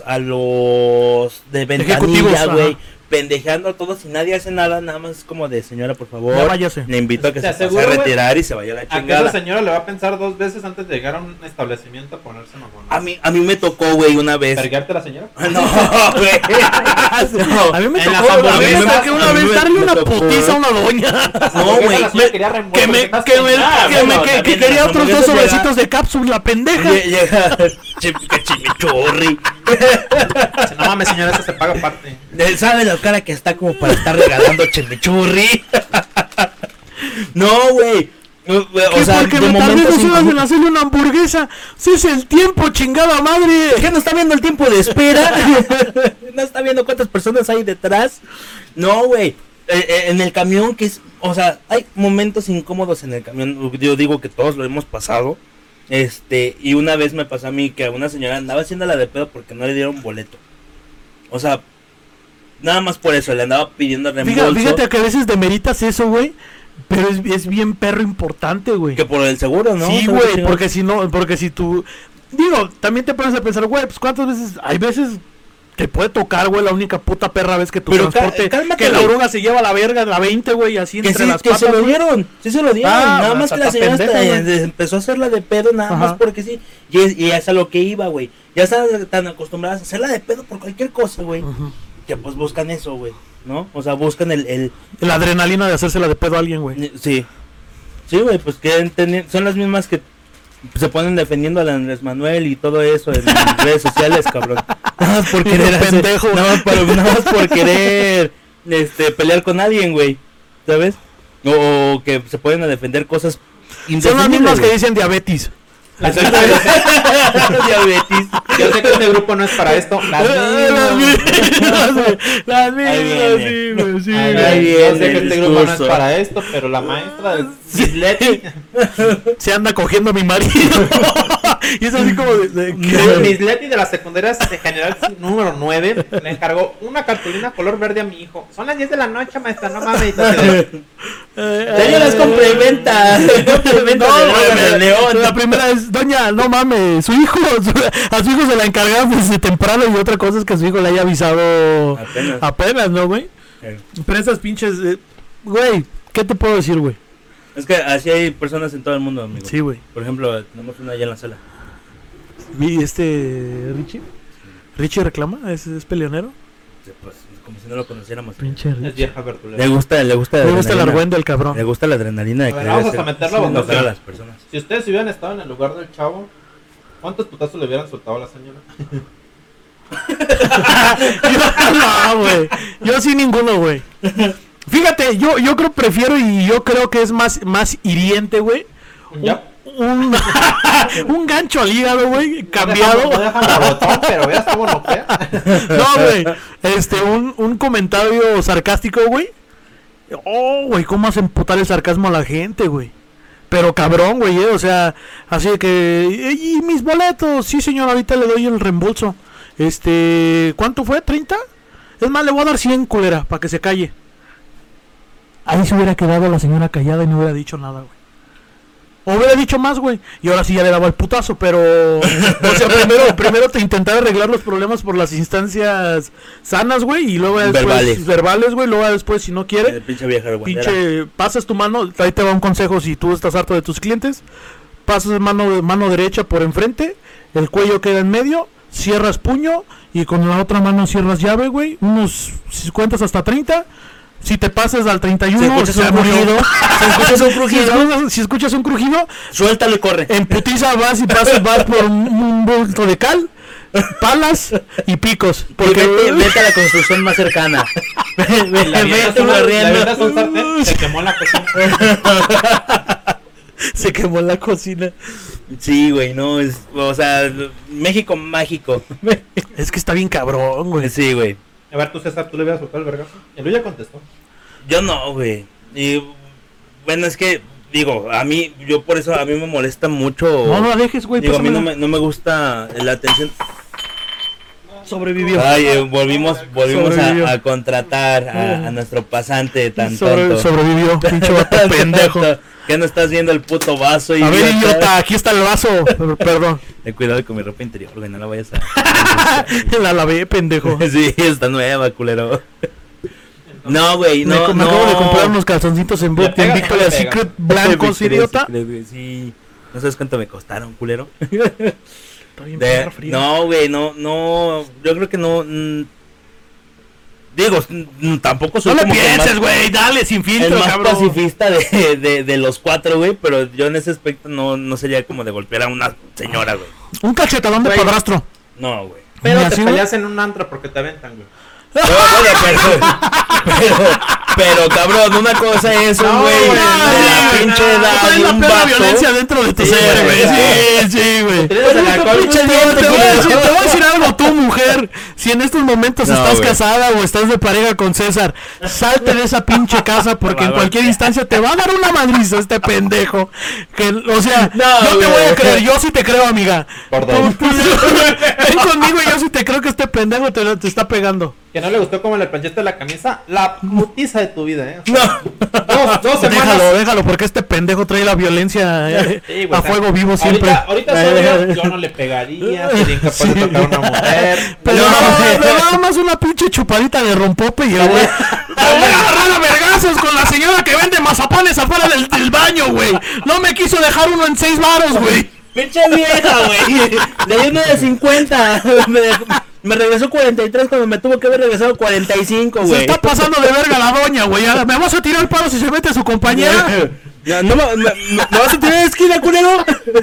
de Ejecutivos, ventanilla, güey. ajá. Pendejeando a todos y nadie hace nada, nada más es como de señora, por favor. Ya váyase. Le invito a que Te se pase aseguro, a güey, retirar y se vaya a la A que esa chingada. señora le va a pensar 2 veces antes de llegar a un establecimiento a ponerse mamón. A mí me tocó, güey, una vez. ¿Perguearte a la señora? No, güey. No. A mí me En la tocó, a mí me hamburguesa, tocó una vez darle una tocó. putiza a una doña. No, güey. La señora quería reembolso, Que me, porque que me, estás que pensando. me- no, que también quería las otros 2 hamburguesas sobrecitos de cápsula, pendeja. Llega chimichurri. No mames, señora, eso se paga aparte. ¿Sabe la cara que está como para estar regalando chimichurri? No, güey. Que O sea, porque de me tardé momento 2 horas en hacerle una hamburguesa. Si es el tiempo, chingada madre. ¿Qué no está viendo el tiempo de espera? ¿No está viendo cuántas personas hay detrás? No, güey. En el camión, que es... O sea, hay momentos incómodos en el camión. Yo digo que todos lo hemos pasado. Y una vez me pasó a mí que a una señora andaba haciéndola de pedo porque no le dieron boleto. O sea, nada más por eso, le andaba pidiendo reembolso. Fíjate que a veces demeritas eso, güey. Pero es bien perro importante, güey. Que por el seguro, ¿no? Sí, ¿Sabes qué güey, chingados? porque si no, porque si tú... Digo, también te pones a pensar, güey, pues cuántas veces... Hay veces... Te puede tocar, güey, la única puta perra vez que tu Pero transporte... cálmate, que la güey. oruga se lleva la verga, la 20, güey, así Que entre sí, las que patas, se lo güey. dieron, sí se lo dieron. Ah, nada más que la está señora pendeja, hasta güey. empezó a hacerla de pedo, nada Ajá. más porque sí. Y es a lo que iba, güey. Ya están tan acostumbradas a hacerla de pedo por cualquier cosa, güey. Ujú. Que pues buscan eso, güey, ¿no? O sea, buscan el La adrenalina de hacérsela de pedo a alguien, güey. sí. Sí, güey, pues que son las mismas que se ponen defendiendo al Andrés Manuel y todo eso en redes sociales, cabrón. Nada más por querer hacer, Pendejo. nada más por querer pelear con alguien, güey. ¿Sabes? O que se pueden a defender cosas Son las indefendibles, mismas que güey. dicen diabetes. Diabetes. Yo sé que este grupo no es para esto. Las mismas, güey. Las Ahí mismas, viene. sí, güey, sí. Ahí güey. viene. Yo sé que este grupo no es discurso. para esto, pero la maestra de Misleti, Se anda cogiendo a mi marido. Y es así como de Misleti de la secundaria de general número 9 le encargó una cartulina color verde a mi hijo. Son las 10 de la noche, maestra, no mames. Señoras, compra y venta. Compra y venta de drogas güey, del León. la primera es, doña, no mames, su hijo, a su hijo se la encargaron desde temprano y otra cosa es que su hijo le haya avisado apenas, ¿no, güey? Pero esas pinches, güey, ¿qué te puedo decir, güey? Es que así hay personas en todo el mundo, amigo. Sí, güey. Por ejemplo, tenemos una allá en la sala. ¿Y Richie reclama? ¿Es peleonero? Pues, como si no lo conociéramos. Pinche Es Richie. vieja verdulera. Le gusta Me gusta el adrenalina. argüende del cabrón. Le gusta la adrenalina de A ver, querer vamos hacer- a meter la enojar votación. a las personas. Si ustedes hubieran estado en el lugar del chavo, ¿cuántos putazos le hubieran soltado a la señora? No, güey. Yo sí ninguno, güey. Fíjate, yo creo prefiero y yo creo que es más hiriente, güey. ¿Ya? Un, un gancho al hígado, güey, cambiado. No dejan la botón, pero veas cómo no queda. No, güey. Un comentario sarcástico, güey. Oh, güey, cómo hacen putar el sarcasmo a la gente, güey. Pero cabrón, güey, o sea, así de que... Y mis boletos, sí, señor, ahorita le doy el reembolso. ¿Cuánto fue? ¿30? Es más, le voy a dar 100, culera, para que se calle. Ahí se hubiera quedado la señora callada y no hubiera dicho nada, güey. O hubiera dicho más, güey. Y ahora sí ya le daba el putazo, pero... O sea, primero te intentar arreglar los problemas por las instancias sanas, güey. Y luego después... Verbales, güey. Luego después, si no quiere... Pinche vieja argüendera. Pasas tu mano... Ahí te va un consejo si tú estás harto de tus clientes. Pasas mano derecha por enfrente. El cuello queda en medio. Cierras puño. Y con la otra mano cierras llave, güey. Si cuentas hasta 30... Si te pasas al 31, si escuchas un crujido, suéltalo y corre. En putiza vas por un bulto de cal, palas y picos. Porque vete a la construcción más cercana. Se quemó la cocina. Se quemó la cocina. Sí, güey, no, o sea, México mágico. Es que está bien cabrón, güey. Sí, güey. A ver, tú, César, ¿tú le hubieras soltado el vergazo? El ya contestó. Yo no, güey. Y bueno, es que, digo, a mí me molesta mucho. No la dejes, güey. Digo, a mí no me gusta la atención. Sobrevivió. Ay, volvimos a contratar a nuestro pasante tan tonto. Sobrevivió, pinche vato pendejo. ¿Qué no estás viendo el puto vaso? A ver, idiota, aquí está el vaso. Perdón. Ten cuidado con mi ropa interior, güey, no la vayas a... La lavé, pendejo. Sí, está nueva, culero. No, güey, no. Me acabo de comprar unos calzoncitos en Victoria's Secret blancos, idiota. Sí, no sabes cuánto me costaron, culero. Está bien frío. No, güey, no. Yo creo que no. Digo, tampoco soy no como le pienses, güey, dale, sin filtro, el más cabrón. pacifista de los cuatro, güey, pero yo en ese aspecto no sería como de golpear a una señora, güey. Un cachetadón de padrastro. No, güey. Pero te peleas en un antro porque te aventan, güey. Pero cabrón, una cosa es un güey de la pinche edad de un vato. Violencia dentro de tu ser, güey. Sí, güey. Te voy a decir algo, tú, mujer. Si en estos momentos estás casada o estás de pareja con César, salte de esa pinche casa porque en cualquier instancia te va a dar una madriza este pendejo. O sea, no te voy a creer, yo sí te creo, amiga. Perdón. Ven conmigo y yo sí te creo que este pendejo te está pegando. Que no le gustó como le planchaste la camisa, la putiza de tu vida, O sea, dos semanas. Déjalo, porque este pendejo trae la violencia a fuego vivo siempre. Ahorita yo no le pegaría, sería incapaz de tocar a una mujer. Pero nada más una pinche chupadita de rompope y el güey. Voy a agarrar a vergazos con la señora que vende mazapanes afuera del baño, güey. No me quiso dejar uno en 6 varos, güey. Pinche vieja, güey. Le di uno de 50. Me regresó 43 cuando me tuvo que haber regresado 45, güey. Se está pasando de verga la doña, güey. ¿Me vas a tirar el paro si se mete su compañera? ¿Me vas a tirar de esquina, culero?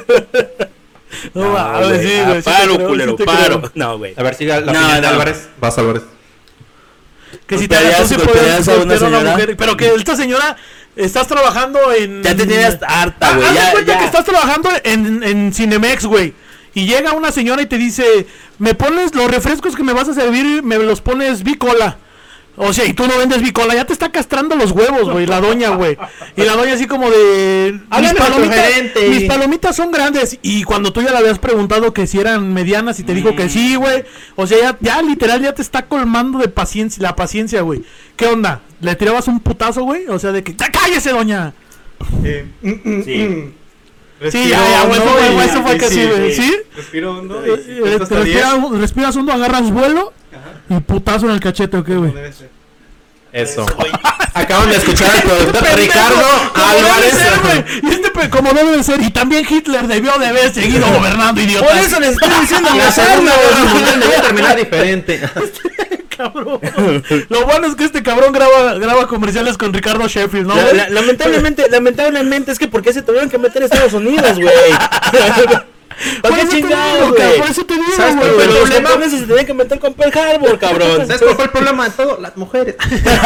No, paro, culero, paro. No, güey. A ver, siga la opinión de Álvarez. Vas, Álvarez. Que si te golpeas a una mujer, pero que esta señora estás trabajando en... Ya te tienes harta, güey. Haz de cuenta que estás trabajando en Cinemex, güey. Y llega una señora y te dice, me pones los refrescos que me vas a servir, me los pones bicola. O sea, y tú no vendes bicola, ya te está castrando los huevos, güey, la doña, güey. Y la doña así como de... Mis palomitas son grandes. Y cuando tú ya le habías preguntado que si eran medianas y te dijo que sí, güey. O sea, ya literal ya te está colmando de paciencia, la paciencia, güey. ¿Qué onda? ¿Le tirabas un putazo, güey? O sea, de que... ¡Ya cállese, doña! Sí. Sí, eso fue que sí, güey. ¿Sí? Respiro hondo. Respiras hondo, agarras vuelo y putazo en el cachete, ¿o qué, güey? Eso. Acaban de escuchar al productor Ricardo Álvarez. Como debe de ser. Y también Hitler debió de haber seguido gobernando, idiota. Por eso les estoy diciendo la Segunda Guerra Mundial debía terminar diferente. Cabrón. Lo bueno es que este cabrón graba comerciales con Ricardo Sheffield, ¿no? Lamentablemente es que ¿por qué se tuvieron que meter a Estados Unidos, güey? ¿Para qué chingado, güey? Por eso te digo, ¿sabes güey? Pero los japoneses se tenían que meter con Pearl Harbor, cabrón. ¿Sabes cuál fue el problema de todo? Las mujeres.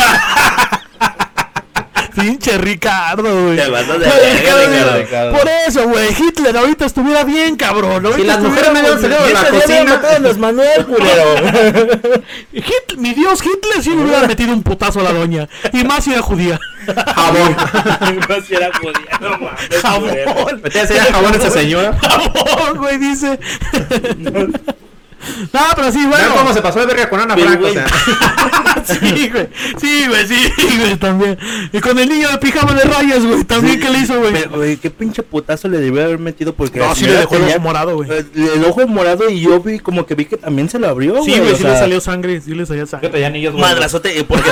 Pinche Ricardo, güey. Te vas a Ricardo. Por eso, güey. Hitler ahorita estuviera bien, cabrón. Si las mujeres me habían salido de la cocina. Los Manuel, culero. Mi Dios, Hitler sí le hubiera metido un putazo a la doña. Y más si era judía. Jabón. Más si era judía. No mames. Jabón. ¿Metía a hacer jabón esa señora? Jabón, güey, dice. No, pero sí, Vean bueno. cómo se pasó de verga con Ana Pero, Frank, o güey. sea. Sí, güey, también. Y con el niño de pijama de rayas, güey, también, Sí, ¿qué le hizo, güey? Pero, güey, qué pinche putazo le debió haber metido porque No, la sí le señora dejó el tenía- ojo morado, güey. El ojo morado y yo vi como que vi que también se lo abrió, Sí, güey, o sí sea, le salió sangre, sí le salió Yo sangre. traía anillos, güey. madrazote, porque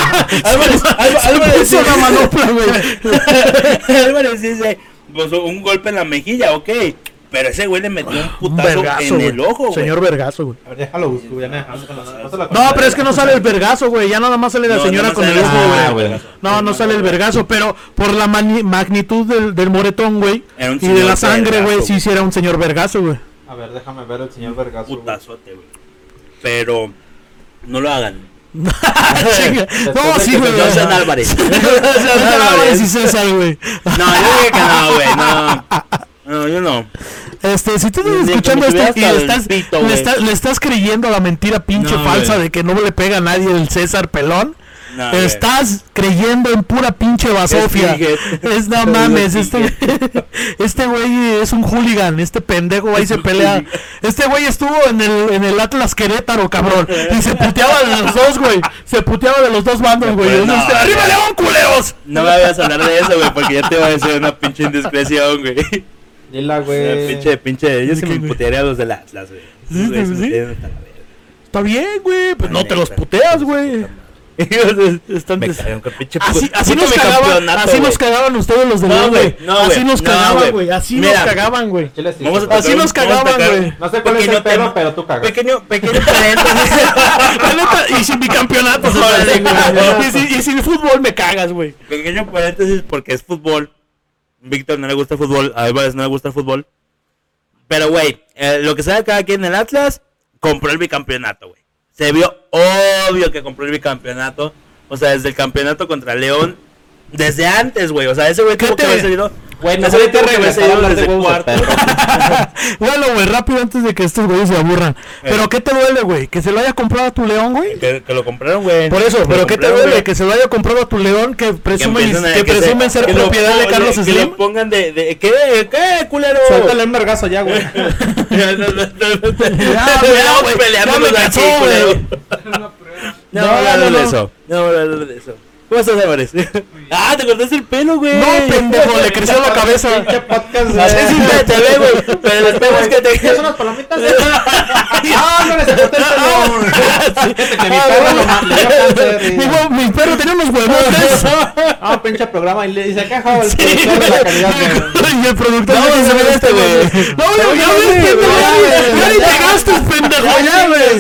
Álvarez Puso la manopla, güey. Álvarez dice, pues, un golpe en la mejilla, ok, pero ese güey le metió un Un putazo vergazo, en güey. el ojo, güey. Señor vergazo, güey. A ver, déjalo busco, ya me dejaste con la- se la- No, pero es que no sale el vergazo, güey. Ya nada más sale la No, señora nada con más el sale ojo, la- güey. Ah, No, no sale el vergazo, pero por la magnitud del moretón, güey. Era un Y de señor la sangre, vergazo, güey, sí era un señor vergazo, güey. A ver, déjame ver el señor Vergazo. güey. Putazote, güey. Pero no lo hagan. Chinga. No, sí, güey. No sean Álvarez. Álvarez y César, güey. No, yo dije que no, güey, no. No, yo no. Si tú estás Ni que escuchando me esto tuvieras y hasta estás, el pito, le, güey. le estás creyendo a la mentira pinche No, falsa güey. de que no le pega a nadie el César Pelón, No, güey. estás creyendo en pura pinche basofia. Es No mames, este güey es un hooligan, este pendejo ahí se pelea. Este güey estuvo en el Atlas Querétaro, cabrón, y se puteaba de los dos, güey. Se puteaba de los dos bandos, güey. Pues no, ¡Arriba güey. León, culeros! No me vayas a hablar de eso, güey, porque ya te va a decir una pinche indiscreción, güey. Dila, Una güey. pinche. Yo sí ¿Qué, me güey? putearía a los del Atlas, güey. Sí, Güey, sí, se sí. me hasta la verga. Está bien, güey, pues no te Ay, los pero- puteas, güey. Están Me des- cagaron con pinche Así puto nos cagaban, bicampeonato, así güey. nos cagaban ustedes los de No, León, güey, güey. no, Así güey, nos no, cagaban, güey. güey. Así Mira, nos cagaban, güey. Chile, sí. Vamos a Así tocar nos un- vamos a cagaban, tocar güey. No sé cuál es pequeño el pedo, tema. pero tú cagas. Pequeño paréntesis. La neta, y sin bicampeonato, Órale, güey. Y sin fútbol me cagas, güey. Pequeño paréntesis porque es fútbol. Víctor no le gusta el fútbol, a Álvarez no le gusta el fútbol. Pero, güey, lo que sabe cada quien en el Atlas, compró el bicampeonato, güey. Se vio obvio que compró el bicampeonato. O sea, desde el campeonato contra León. Desde antes, güey. O sea, ese güey ¿Qué tuvo que te- haber salido. Güey, no ese güey sé qué tuvo que haber regresar a salido hablar de desde huevos de cuarto. perro. Bueno, güey, rápido antes de que estos güeyes se aburran. ¿Pero qué te duele, güey? ¿Que se lo haya comprado a tu León, güey? Que lo compraron, güey. Por eso, Lo ¿pero qué te compraron, duele? güey. ¿Que se lo haya comprado a tu León? Que presumen, que presumen ser que lo propiedad de pongan- Carlos que Slim. lo pongan de ¿qué, culero? Suéltale un vergazo ya, güey. Ya, güey, ya me cansó, güey. No, no, de eso. No, de eso. ¿Cómo estás, Álvarez? Ah, te cortaste el pelo, güey. No, pendejo, le creció la cabeza. Pinche podcast. Así sí te ve, güey. Pero el pedo es que te... ¿Quieres unas palomitas? Ah, no, se cortó el pelo. Fíjate que mi perro le dio cáncer. Mi perro tenía unos huevotes. Ah, pinche programa. Y le dice, ¿qué acaba el productor de la calidad, güey? Y el productor No, dice, se ve este, güey. No, ya ves, pendejo. Ya ni llegaste, pendejo. Ya, güey.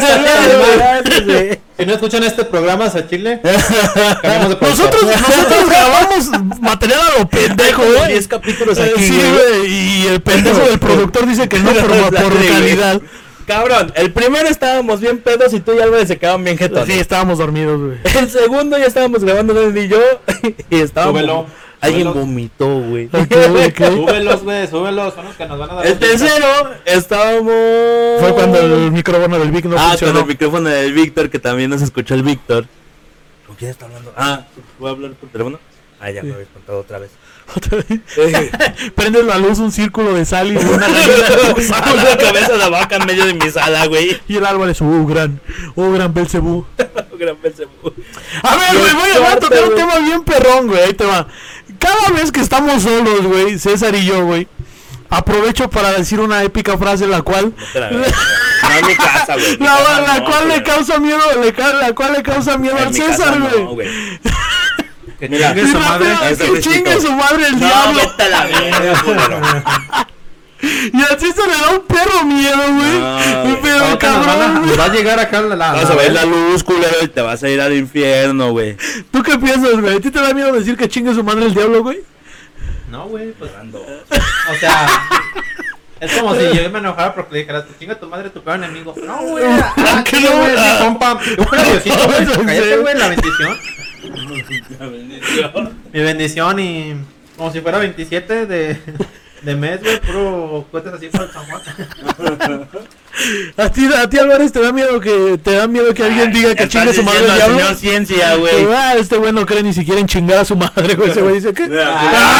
Si no escuchan este programa, a Chile, cambiamos de productor. Nosotros grabamos material a lo pendejo, güey. 10 capítulos aquí, Sí, güey. güey. Y el pendejo del productor dice que no por calidad. Cabrón, el primero estábamos bien pedos y tú y Álvarez se quedaban bien jetones. Sí, estábamos dormidos, güey. El segundo ya estábamos grabando Dani y yo y estábamos... Súbelo, Alguien súbelo. vomitó, güey. Súbelos, güey, súbelos. Son los que nos van a dar. El tercero estábamos... Fue cuando el micrófono del Vic no con funcionó. el micrófono del Víctor, que también nos escuchó el Víctor. ¿Con quién está hablando? Ah, ¿voy a hablar por teléfono? Ah, ya me habéis contado otra vez. Prendes la luz, un círculo de sal y una Una cabeza de vaca en medio de mi sala, güey. Y el Álvarez, gran Belcebú. Gran Belcebú. A ver, güey, voy a tocar un tema bien perrón, güey. Ahí te va. Cada vez que estamos solos, güey, César y yo, güey, aprovecho para decir una épica frase la cual No en mi casa, güey. la cual le causa miedo, la cual le causa miedo al César, güey. Que Mira, chingue su madre. Que chingue su madre el No, diablo. vete a la mierda, culero. Y al César le da un perro miedo, güey. No, Pero Ahorita nos cabrón, nos va a llegar acá la. Vas a ver la luz, culero, y te vas a ir al infierno, güey. ¿tú qué piensas, güey? ¿A ti te da miedo decir que chingue su madre el diablo, güey? No, güey, pues. O sea. Es como si yo me enojara porque le dijera, chinga tu madre, tu peor enemigo. No, güey. Ah, ¿Qué ¿qué no? no, güey? Es mi compa. Yo creo Diosito, güey. No, Cállate, sí. güey, la bendición. La bendición. Mi bendición y. Como si fuera 27 de mes, güey. Puro cohetes así para el San Juan. A ti Álvarez, ¿te da miedo que alguien diga que chingue su madre el diablo? Señor Ciencia, güey. Este güey no cree ni siquiera en chingar a su madre, güey. Ese güey dice que... Mira,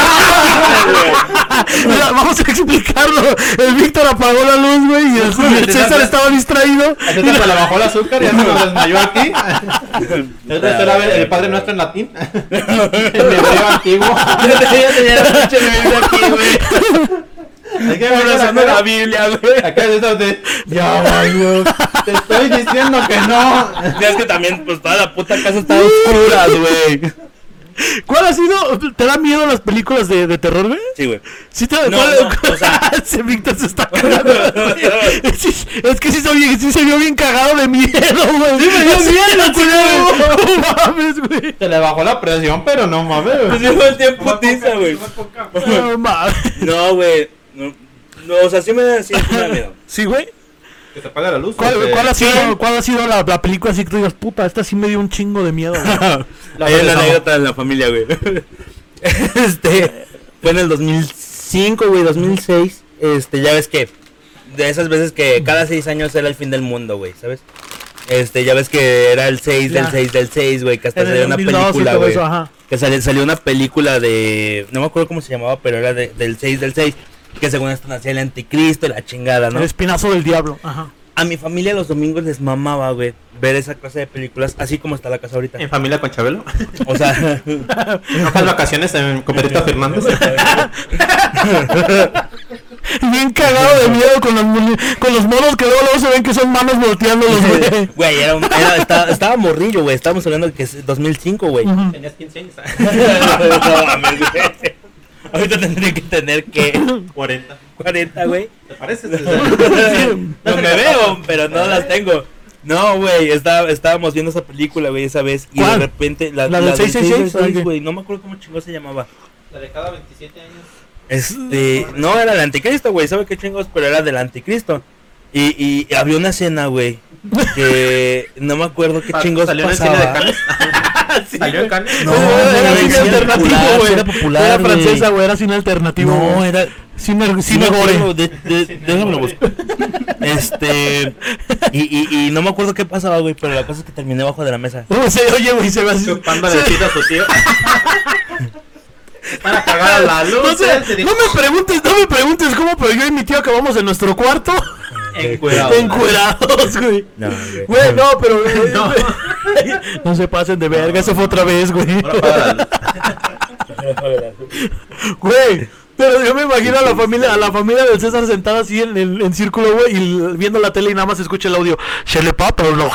vamos a explicarlo. El Víctor apagó la luz, güey, y el César estaba distraído. Se le bajó el azúcar y ya se nos desmayó aquí. Esto era el Padre Nuestro en latín. El hebreo antiguo. Es que me razonó la Biblia, güey. Acá es donde... Ya, güey. Te estoy diciendo que no. Es que también, pues, toda la puta casa está oscura, güey. ¿Cuál ha sido? ¿Te dan miedo las películas de terror, güey? Sí, güey. ¿Sí te No, o sea... Ese Víctor se está cagando. Es que sí se vio bien cagado de miedo, güey. Sí, me dio miedo, güey. No mames, güey. Se le bajó la presión, pero no mames. Pues llevo el tiempo tiza, güey. No mames. No, güey. No, o sea, sí me da miedo. ¿Sí, güey? Que te apaga la luz. ¿Cuál ha sido la película así que tú digas, puta, esta sí me dio un chingo de miedo, güey? Ahí es la anécdota de la familia, güey. Fue en el 2005, güey, 2006. Ya ves que de esas veces que cada 6 años era el fin del mundo, güey, ¿sabes? Ya ves que era el 6 del 6 del 6, güey, que hasta salió una película, güey. Que salió una película de... No me acuerdo cómo se llamaba, pero era del 6 del 6. Que según esto nacía el anticristo y la chingada, ¿no? El espinazo del diablo, ajá. A mi familia los domingos les mamaba, güey, ver esa clase de películas, así como está la casa ahorita. ¿En familia con Chabelo? O sea... ¿Unas vacaciones con Pedrito Fernández? Bien cagado de miedo con los monos que luego se ven que son manos volteándolos, güey. Güey, estaba morrillo, güey, estábamos hablando de que es 2005, güey. Tenías 15 años. No mames, güey. Ahorita tendría que tener que 40, güey. ¿te parece? No me veo, pero no las tengo. No, güey, estábamos viendo esa película, güey, esa vez. Y ¿cuál? De repente, ¿La del 666, güey, no me acuerdo cómo chingón se llamaba. La de cada 27 años. No, era el anticristo, güey, ¿sabe qué chingos? Pero era del anticristo. Y había una escena, güey, que no me acuerdo qué chingos ¿Salió pasaba. en el cine de Cannes? Sí, ¿Salió en Cannes? No, era cine alternativo, güey. Era popular, Era güey. francesa, güey, era cine alternativo. No, güey. era... Cine me gore. acuerdo, déjame lo busco. Y no me acuerdo qué pasaba, güey, pero la cosa es que terminé bajo de la mesa. Oye, güey, se va así. Chupando de a su tío. Para apagar la luz. No me preguntes cómo, pero yo y mi tío acabamos en nuestro cuarto. Encuerados, güey. No, güey. Güey, no, pero... No se pasen de verga, eso fue otra vez, güey. Güey, pero yo me imagino a la familia del César sentada así en círculo, güey, y viendo la tele y nada más se escucha el audio. Se le pa, pero lo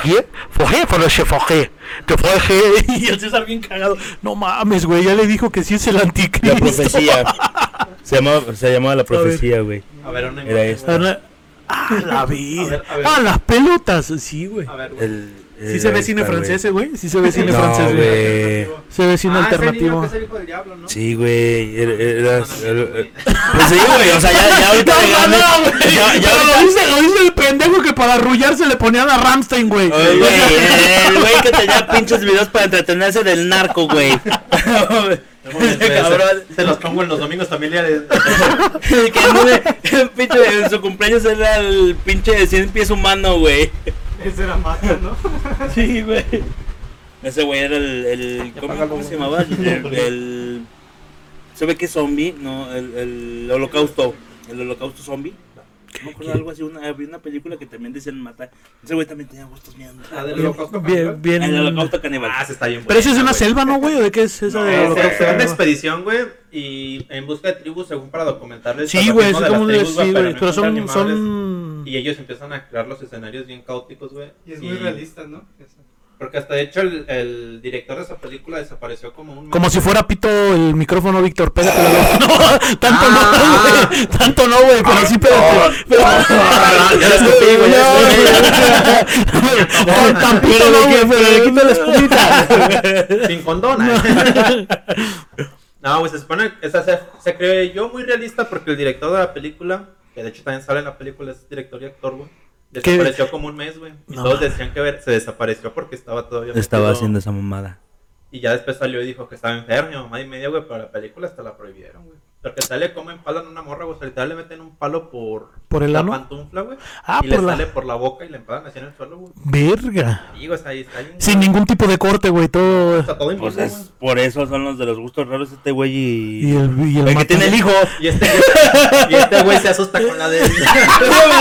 y el César bien cagado. No mames, güey, ya le dijo que sí es el anticristo. La profecía. Se llamaba la profecía, güey. A ver, una Era esto. La vida. A ver. Las pelotas. Sí, güey. A ver, güey. Sí se ve cine francés, güey. Sí se ve cine No, francés, güey. güey. Se ve cine alternativo. Es el hijo del diablo, ¿no? Sí, güey. Pues sí, güey. O sea, ya ahorita. Lo dice el pendejo que para arrullarse le ponían a Rammstein, güey. Oye, güey, el güey que tenía pinches videos para entretenerse del narco, güey. Cabrón. Se los pongo en los domingos familiares. El pinche en su cumpleaños era el pinche de 100 pies humano, güey. Ese era Mata, ¿no? Sí, güey. Ese güey era el ¿cómo se llamaba? ¿Se ve que es zombie? No, el holocausto. El holocausto zombie. No me acuerdo algo así, había una película que también decían matar. Ese güey también tenía gustos miedos. Bien. El holocausto caníbal. Se está bien. Pero eso es una selva, ¿no, güey? ¿O de qué es esa de holocausto? Es una expedición, güey, y en busca de tribus, según para documentarles. Sí, güey, es como tribus, sí, güey, pero son son... Y ellos empiezan a crear los escenarios bien caóticos, güey. Y es muy realista, ¿no? Porque hasta de hecho el director de esa película desapareció como un... Como si fuera pito el micrófono, Víctor, pégatelo. No, tanto no, güey, pero sí pégate. Ya la escupí, güey. Tan pito no, güey, pero le quito la espumita. Sin condón. No, güey, se supone que esa se creyó muy realista porque el director de la película, que de hecho también sale en la película, es director y actor, güey. Desapareció como un mes, güey. Y todos decían que se desapareció porque estaba todavía... Estaba haciendo esa mamada. Y ya después salió y dijo que estaba enfermo, mamá y media, güey, pero la película hasta la prohibieron, güey. Porque sale como empalan una morra, güey. Literal le meten un palo ¿Por el la ano? pantufla, güey. Ah, y le por la- sale por la boca y le empalan así en el suelo, güey. Verga. Y, güey, ahí está bien. Sin ningún tipo de corte, güey, todo. Está todo Pues impulso, güey. es, por eso son los de los gustos raros este güey Y el que mata- tiene el hijo. Y este güey se asusta con la de... Con la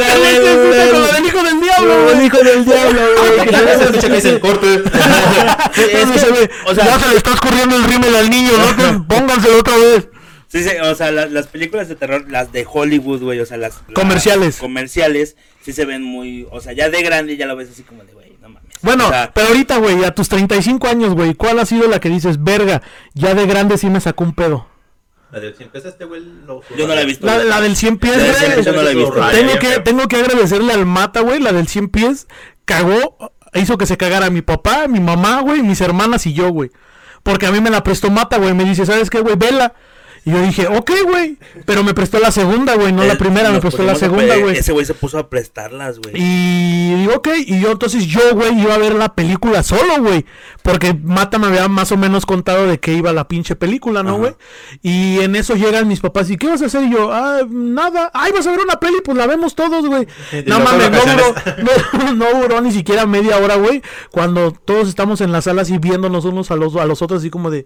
del hijo del diablo, güey. El hijo del diablo, güey. Se escucha que dice el corte. Es que, o sea- ya se le está escurriendo el rímel al niño, ¿no? Pónganselo otra vez. Sí, sí, o sea, las películas de terror, las de Hollywood, güey, o sea, Comerciales. comerciales, sí se ven muy, o sea, ya de grande ya lo ves así como de, güey, no mames. Bueno, O sea, pero ahorita, güey, a tus 35 años, güey, ¿cuál ha sido la que dices, verga, ya de grande sí me sacó un pedo? La del 100 pesos este güey lo... yo no la he visto. La del 100 pies, La del 100 güey. pies no la he visto. Tengo que agradecerle al Mata, güey, la del 100 pies, cagó, hizo que se cagara mi papá, mi mamá, güey, mis hermanas y yo, güey. Porque a mí me la prestó Mata, güey, me dice, ¿sabes qué, güey? Vela. Y yo dije, ok, güey, pero me prestó la segunda, güey, no la primera, me nos prestó la pusimos a segunda, güey. Ese güey se puso a prestarlas, güey. Y digo, ok, y yo entonces güey, iba a ver la película solo, güey. Porque Mata me había más o menos contado de que iba la pinche película, ¿no, Ajá. güey? Y en eso llegan mis papás, ¿y qué vas a hacer? Y yo, nada, vas a ver una peli, pues la vemos todos, güey. No mames, no duró ni siquiera media hora, güey. Cuando todos estamos en la sala así viéndonos unos a los otros, así como de...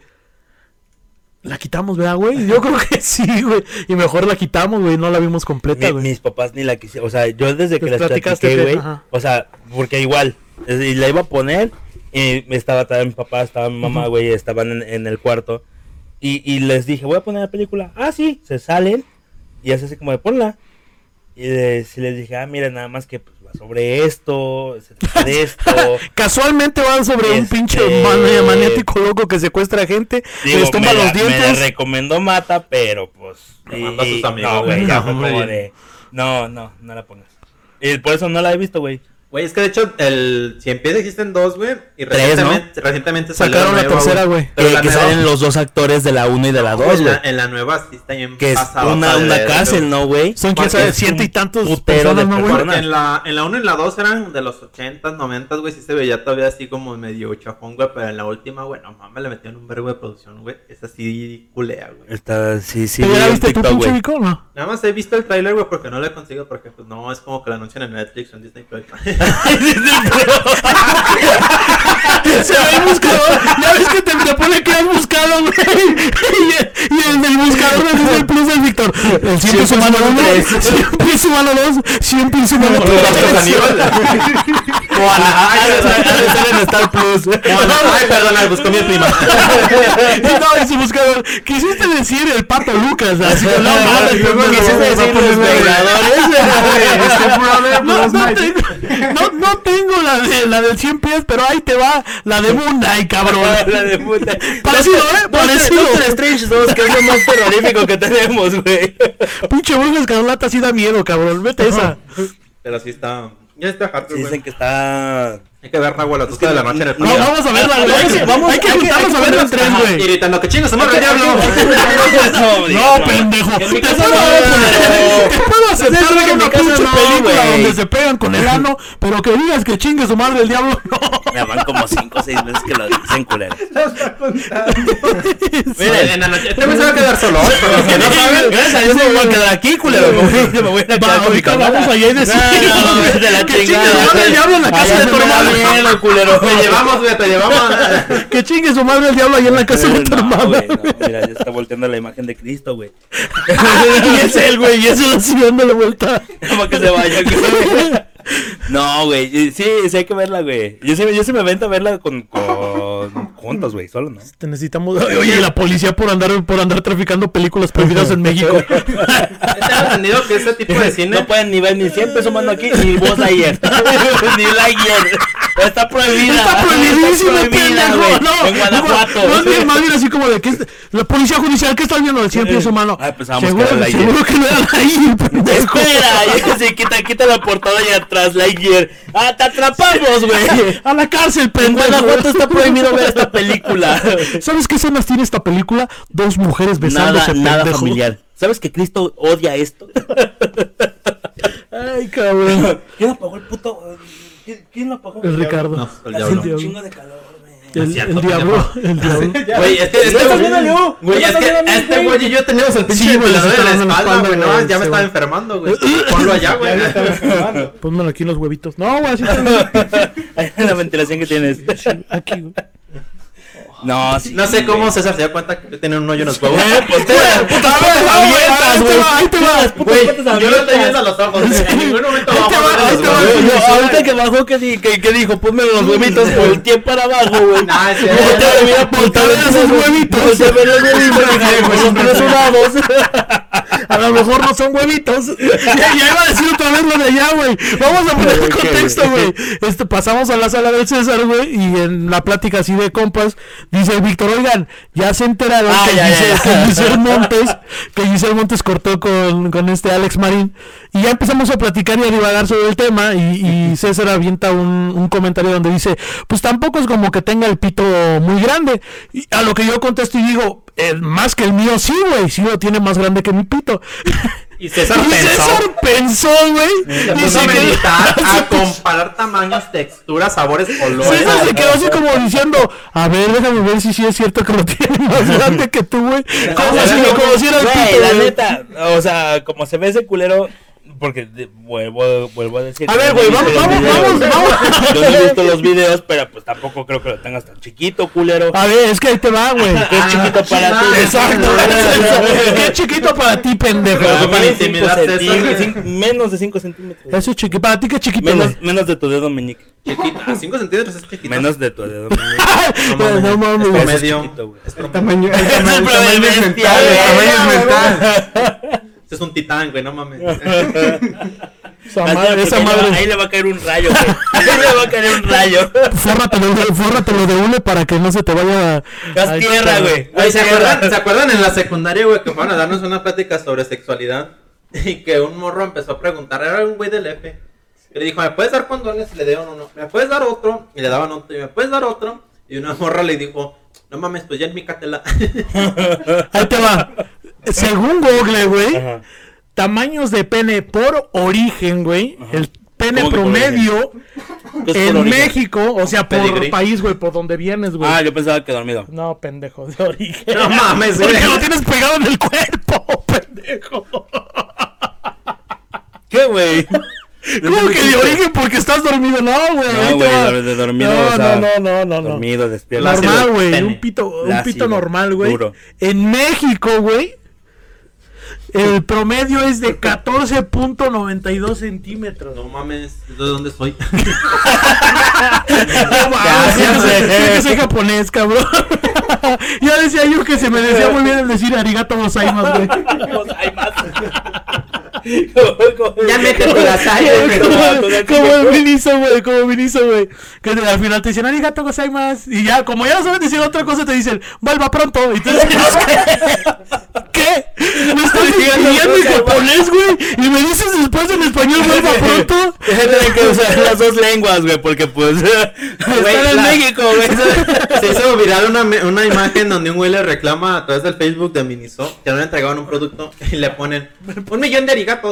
La quitamos, ¿verdad, güey? Yo creo que sí, güey. Y mejor la quitamos, güey. No la vimos completa, güey. Mis papás ni la quisieron, o sea, yo desde que Les les platicaste platiqué, que- güey, ajá. o sea, porque igual, y la iba a poner, y estaba también mi papá, estaba mi mamá, güey, estaban en el cuarto, y les dije, voy a poner la película, sí, se salen, y así como de ponla, y sí les dije, mira, nada más que pues, va sobre esto, se trata de esto. Casualmente van sobre un pinche maniático loco que secuestra gente, Digo, les tumba los me la dientes. recomendó Mata, pero pues. Lo mandó a sus amigos, no, güey, ya no, fue como güey. de. No la pongas. Y por eso no la he visto, güey. Güey, es que de hecho, el 100 pies existen dos, güey. Y Tres, ¿no? recientemente salió Sacaron la nueva, tercera, güey. Pero la Que nueva- salen los dos actores de la 1 y de la 2, güey. En la nueva sí está bien Que es pasada, una de cárcel, ¿no, güey? Son quién Porque sabe, es ciento y un tantos putero de personas, ¿no, güey? personas. Porque en la 1 y en la 2 eran de los 80s, 90s, güey. Sí se veía todavía así como medio chafón, güey. Pero en la última, güey, no mames, le metieron un verbo de producción, güey. Es así culea, güey. Está, sí. ¿Pero ya la vi viste en tú, TikTok, pinche güey. Vico, no? Nada más he visto el trailer, güey, porque no lo he conseguido. Porque pues no es como que lo anuncian en Netflix o en Disney Plus. Se ve el buscador, ya ves que te pone que has buscado, güey. Y el del buscador me dice el plus del Víctor. El 100 pies humano 1, 100 pies humano 2, 100 pies humano 3. en Star Plus. Ay, perdona, buscó mi prima. No, ese buscador, quisiste decir el Pato Lucas, así que no mames, Yo no quisiste decir los no tengo la del 100 pies, pero ahí te va la de Moon Knight, cabrón. La de puta. Parecido, parecido. Doctor Strange 2, que es lo más terrorífico que tenemos, güey. Pinche bruja escarlata sí da miedo, cabrón. Vete esa. Pero sí está. Ya está harto, Dicen güey. que está. Hay que ver Agua la Tuca de la noche en el No, familiar. vamos a verla, güey. Hay que juntarnos a verla en tres, Ajá, güey. Y gritando que chingas, amor, el diablo. No, pendejo. En mi Te casa puedo no. te puedo aceptar Eso ver en mi una casa pinche no, película güey. donde se pegan con el ano, pero que digas que chingue su madre el diablo, no. Ya van como 5 o 6 veces que lo dicen, culero. Miren, en la noche. Este me se va a quedar solo hoy, por los que no saben. Gracias a Dios me voy a quedar aquí, culero. Me voy a Va, quedar con mi ahorita canal. vamos allá y decimos No, de la que chingue chingada. su madre el diablo en la casa de tu hermano. Miedo, culero. Te llevamos, güey, te llevamos. Que chingue su madre el diablo ahí en la casa de tu No, hermano. güey, no, mira, ya está volteando la imagen de Cristo, güey. Y es él, güey, y es él así dándole vuelta. Como que se vaya, güey. No, güey, sí hay que verla, güey. Yo sí me avento a verla con juntos, güey, solo, ¿no? Te necesitamos. Oye, la policía por andar traficando películas prohibidas en México. Tengo entendido que ese tipo de cine. No pueden ni ver ni 100 pesos mando aquí, ni vos ayer. Ni Lightyear. Está prohibida. Está prohibidísimo, Está prohibida, pendejo. güey. No, En Guanajuato. No, es bien, más bien así como de que la policía judicial, ¿qué estás viendo? El 100 pies humano. Ay, pensábamos Seguro, que era Lightyear. seguro que no era ahí, pendejo. Espera, sí, quita la portada y atrás, Lightyear. Te atrapamos, güey. A la cárcel, En pendejo. Guanajuato está prohibido ver esta película. ¿Sabes qué escenas tiene esta película? Dos mujeres besándose, Nada pendejo. familiar. ¿Sabes que Cristo odia esto? Ay, cabrón. ¿Quién apagó el puto? ¿Quién lo apagó? El Ricardo. No, el Hace diablo. un chingo de calor, güey. El cierto, diablo. El diablo. Güey, es que este güey y yo teníamos el pinche Sí, güey, ventilador en la en la espalda, güey. No, güey, ya me sí, estaba güey. enfermando, güey. Ponlo allá, güey. Pónmelo aquí en los huevitos. No, güey, así está. Ahí en la ventilación que tienes. Aquí, güey. No, sí. No sé cómo César se dio cuenta que tiene un hoyo en los huevos. Pues tú las putas patas abiertas, güey. Ahí te va. Putas patas Yo lo estoy viendo a abiertas. los ojos. En ningún momento vamos a ahí ver te los va. huevos. Yo, ahorita que bajó, que dijo, ponme los huevitos, volteé para abajo, güey. Nah, es Volteé a ver, volteé a ver esos huevitos. Volteé a ver los huevitos. Dije, pues son presionados. A lo mejor no son huevitos. Ya iba a decir otra vez lo de allá, güey. Vamos a poner el contexto, güey. Pasamos a la sala del César, güey, y en la plática así de compas, dice el Víctor, oigan, ya se enteraron que Giselle Montes cortó con este Alex Marín. Y ya empezamos a platicar y a divagar sobre el tema. Y César avienta un comentario donde dice, pues tampoco es como que tenga el pito muy grande. Y a lo que yo contesto y digo, más que el mío sí, güey, sí lo tiene más grande que mi pito. Y César Y César pensó, güey. Se Y puso a se quedó- meditar, a comparar tamaños, texturas, sabores, colores. César se quedó así como diciendo, a ver, déjame ver si sí es cierto que lo tiene más grande que tú, güey. Como si lo conociera el Güey, pito, la güey. neta, o sea, como se ve ese culero, porque vuelvo a decir. A ver, yo no güey, he visto vamos. los videos. Yo no he visto los videos, pero pues tampoco creo que lo tengas tan chiquito, culero. A ver, es que ahí te va, güey. Que es chiquito para ti. Exacto. Qué chiquito para ti, pendejo. Pero Para para mí, intimidar, César. menos de 5 centímetros. Eso chiquito. Para ti, qué chiquito, güey. Menos de tu dedo meñique. Chiquita, 5 centímetros es chiquito. Menos de tu dedo meñique. No mames, Es güey. promedio. Chiquito, güey. Es promedio. Tamaño, el Es tamaño es bestia, mental, güey. el tamaño es mental. Este es un titán, güey, no mames. Esa Así, madre, esa porque madre. ahí le va a caer un rayo, güey. Ahí le va a caer un rayo. Fórratelo de hule para que no se te vaya. Haz tierra, güey. Güey, ¿se acuerdan en la secundaria, güey, que fueron a darnos una plática sobre sexualidad? Y que un morro empezó a preguntar, era un güey del F. Y le dijo, ¿me puedes dar condones? Y le dieron uno. ¿Me puedes dar otro? Y le daban otro. ¿Y me puedes dar otro? Y una morra le dijo, no mames, pues ya en mi catela. Ahí te va. Según Google, güey, Ajá. tamaños de pene por origen, güey. El pene ¿Cómo que por promedio ¿Qué es por en origen? México, o sea, por Pedigrí. país, güey, por donde vienes, güey. Ah, yo pensaba que dormido. No, pendejo, de origen. No mames, güey. Porque lo tienes pegado en el cuerpo, pendejo. ¿Qué, güey? ¿Cómo que de origen? Porque estás dormido, no, güey. No, ahí te güey, va. de dormido, No, o sea, no. Dormido, despierto. Lácido Normal, el güey. pene. Un pito Lácido, normal, güey. duro. En México, güey, el promedio es de 14.92 centímetros. No mames, ¿de dónde soy? No mames, Gracias, que soy japonés, cabrón. Ya decía yo que se me decía muy bien el decir arigato gozaimasu, güey. Hay más. Ya métete la talla, Como el Miniso, güey. Que al final te dicen arigato gozaimasu. Y ya, como ya no saben decir otra cosa, te dicen vuelva pronto. Y tú dices, ¿qué? Me estás diciendo en japonés, güey. Y me dices después en español vuelva pronto. Tienen que usar las dos lenguas, güey, porque pues están en México, güey. Se hizo viral una imagen donde un güey le reclama a través del Facebook de Miniso que no le entregaban un producto y le ponen 1,000,000 de arigatos.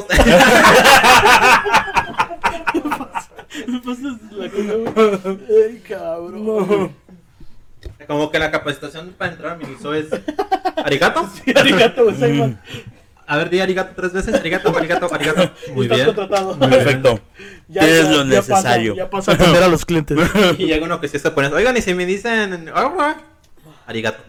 Ay, cabrón. Como que la capacitación para entrar a Miniso es ¿arigato? Arigato gozaimasu. A ver, di arigato 3 veces. Arigato. Muy Estás bien. contratado. Perfecto. Tienes lo necesario. Ya pasa a atender a los clientes. Y llega uno que sí se pone, oigan, y si me dicen arigato.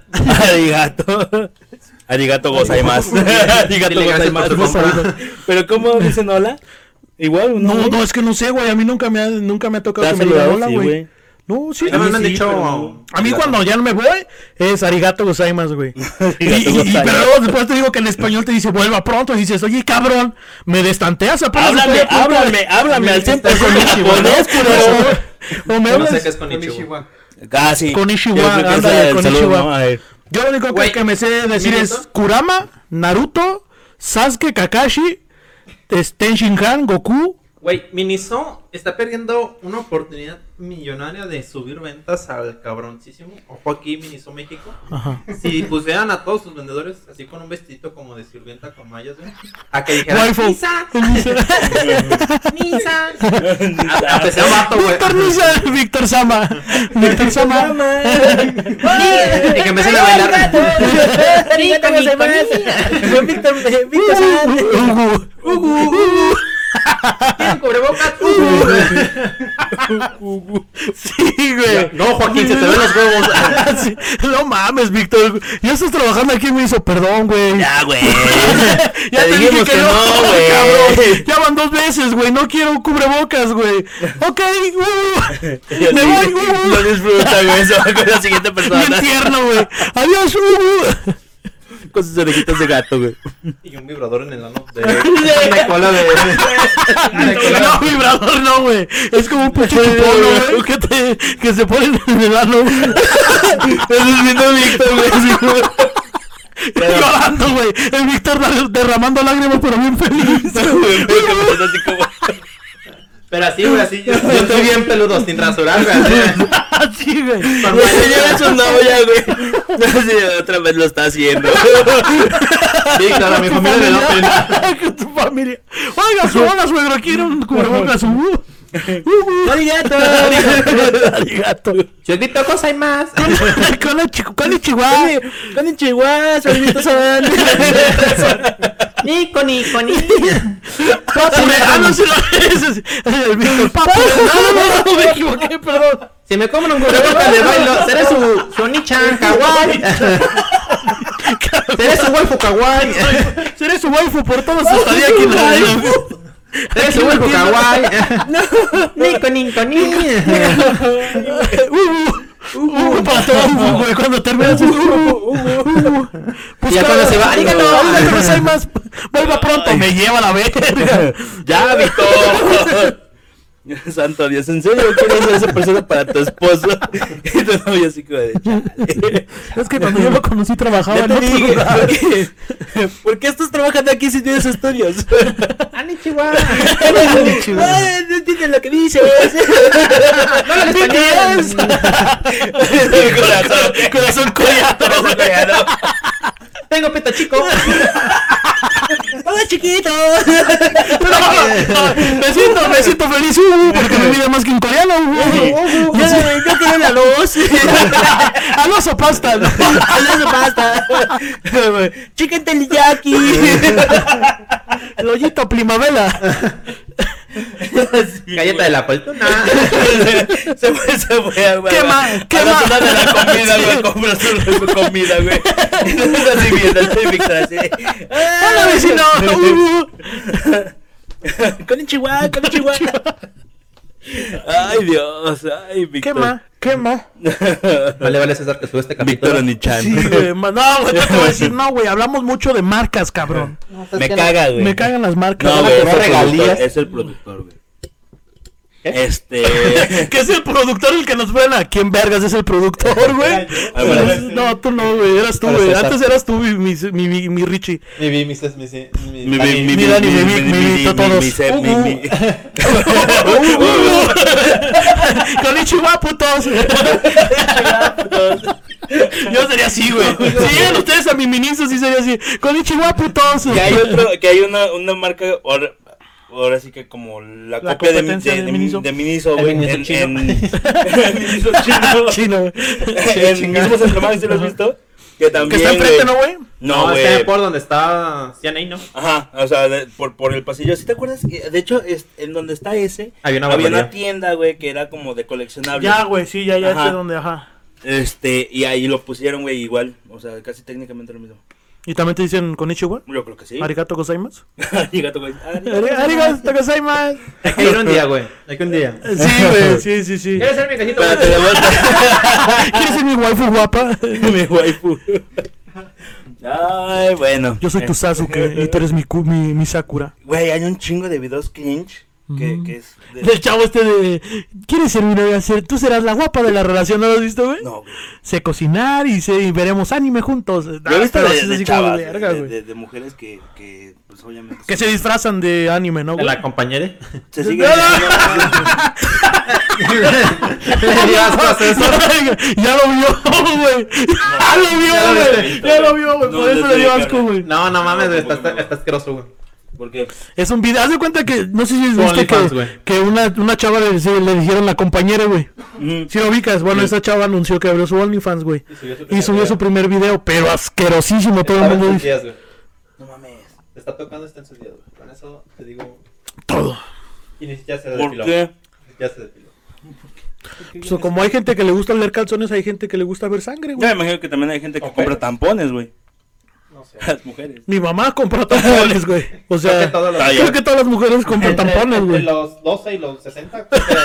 Arigato gozaimasu. Arigato Dile gracias por gozaimasu. tu compra. Pero ¿cómo dicen hola? Igual, ¿no? No, es que no sé, güey. A mí nunca me ha tocado ¿Te que has me digan saludado? hola, Sí, güey. güey. No, sí. A mí me han sí, dicho pero A mí cuando ya no me voy es arigato gozaimasu, güey. Arigato gozaimasu. Pero luego después te digo que en español te dice vuelva pronto y dices, oye, cabrón, me destanteas apenas. Háblame al 100% japonés, O me no hablas sé qué es con Ichiwa. Casi. Konnichiwa, Yo creo que ándale, es el konnichiwa. saludo, ¿no? A ver. Yo lo único Güey, que me sé decir ¿minuto? es Kurama, Naruto, Sasuke, Kakashi, Tenshinhan, Goku, Güey, Miniso está perdiendo una oportunidad millonaria de subir ventas al cabroncísimo. Ojo aquí, Miniso México. Ajá. Si pusieran a todos sus vendedores así con un vestidito como de sirvienta con mallas, güey. A que dijeran, Waifu. Nisa. Nisa. Aunque sea vato, güey. Víctor Sama. Víctor Sama. Y que empiecen a bailar. ¿Tienen cubrebocas? Sí, güey. No, Joaquín, se te ven los huevos. Sí. No mames, Víctor. Ya estás trabajando aquí, me hizo perdón, güey. Ya, güey. Ya te dijimos dije que no, güey. cabrón. Ya van 2 veces, güey. No quiero cubrebocas, güey. Ok, me voy, Lo disfruta, güey. Se va con la siguiente Bien persona. tierno, güey. Adiós, Con sus orejitas de gato, güey. Y un vibrador en el ano de una cola de. No, vibrador no, güey. Es como un pinche chupón, güey. Que se pone en el ano, güey. Estás viendo a Víctor, güey. Llorando, güey. El Víctor derramando lágrimas, pero bien feliz. Pero así, güey, así. Yo estoy bien peludo, sin rasurar, güey. Así, güey. Me señala su novia, güey. Sí, otra vez lo está haciendo. Sí, claro, a mi familia le da pena. Con tu familia. Hola, suegro, quiero un cubrebocas. Arigato. Arigato. Chuequito, cosa hay más. Con el chihuahua. Con el chihuahua, saluditos a Nico. No se lo es. El Víctor, papu. No, me equivoqué, perdón. Si me comen un cubrebocas de bailo, seré su Oni-chan kawaii. Seré su waifu kawaii. Seré su waifu por todos sus estaría aquí en la vida. Seré su waifu kawaii. Nico. Para todos, güey, cuando terminas. Y ya cuando se va, arigato gozaimasu. Vuelva pronto, me lleva a la verga. Ya, Víctor. Santo Dios, ¿en serio quieres ser esa persona para tu esposo? Y tu novia así como de chale. Es que cuando yo lo conocí trabajaba Ya en te otro dije, lugar. ¿por qué estás trabajando aquí si tienes estudios? Anichiwa. Ay, no entiendes lo que dices. No lo español. Corazón coreano. Tengo pito chico. Hola, chiquito. Me siento feliz, porque me vida más que un coreano. Yo quiero la luz. Al oso pasta. Al pasta. Chicken teriyaki. El hoyito primavera. Galleta de la fortuna. Se fue, güey. ¿Qué más? A la zona de la comida, güey. Compra su comida, güey. Y no estás así viendo, estoy Víctor así. Hola, vecino. Con Chihuahua. Ay, Dios. Ay, Víctor. ¿Qué más? Vale, César, que sube este capítulo. Víctor Onichan. Sí, güey. No, güey, te voy a decir, no, güey. Hablamos mucho de marcas, cabrón. Me caga, güey. Me cagan las marcas. No, Van a güey, cobrar regalías. es el productor, güey. ¿Qué es el productor el que nos ven? ¿A quién vergas es el productor, güey? Ah, bueno. No, tú no, güey. Eras tú, güey. Antes eras tú, mi Richie. Mi Dani, mi Vito, todos. Konnichiwa, putos. Yo sería así, güey. Si llegan ustedes a mi Miniso, sí sería así. Konnichiwa, putos. Que hay una marca, ahora sí que como la copia de competencia de Miniso. Miniso, güey. El Miniso chino. El Miniso chino. Chino. En mismo Centromax, ¿sí lo has visto? Que Que también, está enfrente, ¿no, güey? No, No, está güey. por donde está CNA, ¿no? Ajá, o sea, por el pasillo. ¿Sí te acuerdas? De hecho, en donde está ese, Había una había barbería. una tienda, güey, que era como de coleccionables. Ya, güey, sí, ya Ajá. sé dónde, ajá. Y ahí lo pusieron, güey, igual. O sea, casi técnicamente lo mismo. ¿Y también te dicen Konnichiwa? Yo creo que sí. Arigato gozaimasu. Arigato, güey. Arigato gozaimasu. Hay que ir un día, güey. Hay que un día. Sí, güey, sí. ¿Quieres ser mi cajito? Espérate, de vuelta. ¿Quieres ser mi waifu guapa? Mi waifu. Ay, bueno. Yo soy tu Sasuke y tú eres mi Sakura. Güey, hay un chingo de videos cringe que es... El chavo de... ¿Quieres ser mi novia? Tú serás la guapa de la relación, ¿no lo has visto, güey? No, güey. Sé cocinar y veremos anime juntos. Yo he visto Pero de, sí es de así como chavas, verga, güey. de mujeres que pues obviamente... Que se disfrazan de anime, ¿no, ¿De güey? la compañera? Se siguen diciendo... Le digas cosas eso. Ya lo vio, güey. Ya lo vio, güey. Ya lo vio, güey. No, Por eso no le sé dio de qué asco, habla. güey. No mames, güey, está asqueroso, güey. ¿Por qué? Es un video. Haz de cuenta que, no sé si viste OnlyFans, güey. que una chava le dijeron la compañera, güey. Si lo ubicas, bueno, esa chava anunció que abrió su OnlyFans, güey. Y subió su primer video, pero asquerosísimo, todo el mundo dice. No mames. Te está tocando, está en sus días, güey. Con eso te digo. Todo. Y ni siquiera se ¿Por depiló. qué? Ni siquiera se depiló. So, como hay gente que le gusta leer calzones, hay gente que le gusta ver sangre, Ya güey. me imagino que también hay gente que Ok. compra tampones, güey. No sé. Las mujeres. Mi mamá compra tampones, güey. O Creo que sea, todos los- creo que todas las mujeres compran tampones, Entre güey. los 12 y los 60.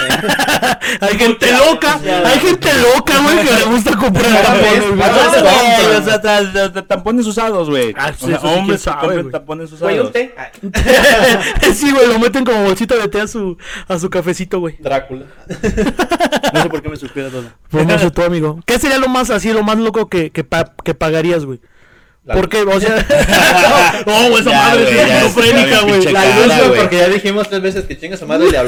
Hay gente loca, güey, que le gusta comprar tampones, güey. O sea, tampones usados, güey. Ah, O sí, sea, eso sí, quién hombres que sabe, compran güey. tampones Güey, usados. un té. Sí, güey, lo meten como bolsita de té a su cafecito, güey. Drácula. No sé por qué me suspira todo. Pues no sé tú, amigo. ¿Qué sería lo más loco que pagarías, güey? ¿Por qué? O sea... No, güey, esa Ya, madre güey, es ya, esquizofrénica, ya, güey. pinche La cara, luz, güey, güey. porque ya dijimos 3 veces que chinga su madre y le habló.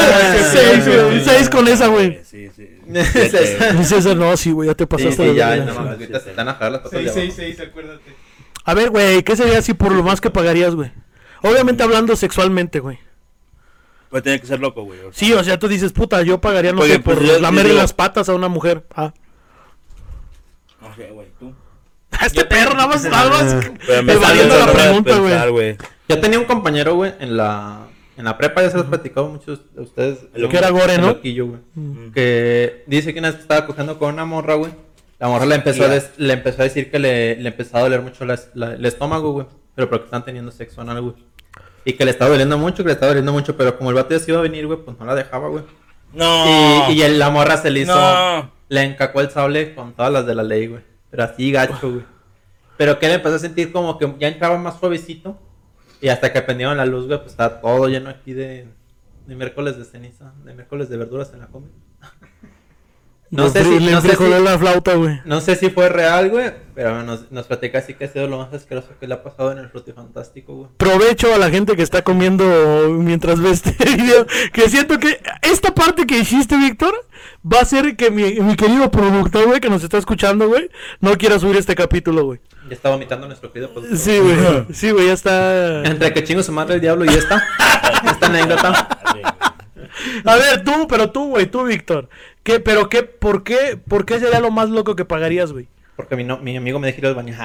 Seis con esa, güey. Sí, sí. Dice esa, no, sí, güey, ya te Sí, pasaste sí, de ya, verga. no mames, ahorita se están a jalar las patas de abajo. 666, acuérdate. A ver, güey, ¿qué sería así por lo más que pagarías, güey? Obviamente hablando sexualmente, güey. Pues tiene que ser loco, güey. O sea, Sí, o sea, tú dices, puta, yo pagaría, no Oye, sé, pues por yo lamerle digo- las patas a una mujer. Ah. no sé, güey, tú. Este perro nada más Pero me evadiendo sale la de pregunta, pensar, güey. Yo tenía un compañero, güey, en la prepa, ya se los he platicado muchos de ustedes. Que era gore, el ¿no? loquillo, güey. Que dice que una vez estaba cogiendo con una morra, güey. La morra le empezó, le empezó a decir que le empezó a doler mucho el estómago, güey. Pero porque están teniendo sexo anal, güey. Y que le estaba doliendo mucho, pero como el vato ya se iba a venir, güey, pues no la dejaba, güey. No. Y la morra se le hizo, No. le encacó el sable con todas las de la ley, güey. Pero así gacho, güey. Pero que él empezó a sentir como que ya entraba más suavecito. Y hasta que prendieron la luz, güey, pues estaba todo lleno aquí de miércoles de ceniza, de miércoles de verduras en la comida. No sé si la flauta, güey. no sé si fue real, güey, pero nos platica así que ha sido lo más asqueroso que le ha pasado en el Frutifantástico, güey. Provecho a la gente que está comiendo mientras ve este video. Que siento que esta parte que hiciste, Víctor, va a hacer que mi querido productor, güey, que nos está escuchando, güey, no quiera subir este capítulo, güey. Ya está vomitando nuestro querido productor. Sí, güey. Sí, güey, ya está. Entre que chingo su madre el diablo y esta anécdota. A ver, tú, güey, tú, Víctor. ¿Por qué sería lo más loco que pagarías, güey? Porque mi amigo me dejó ir al baño.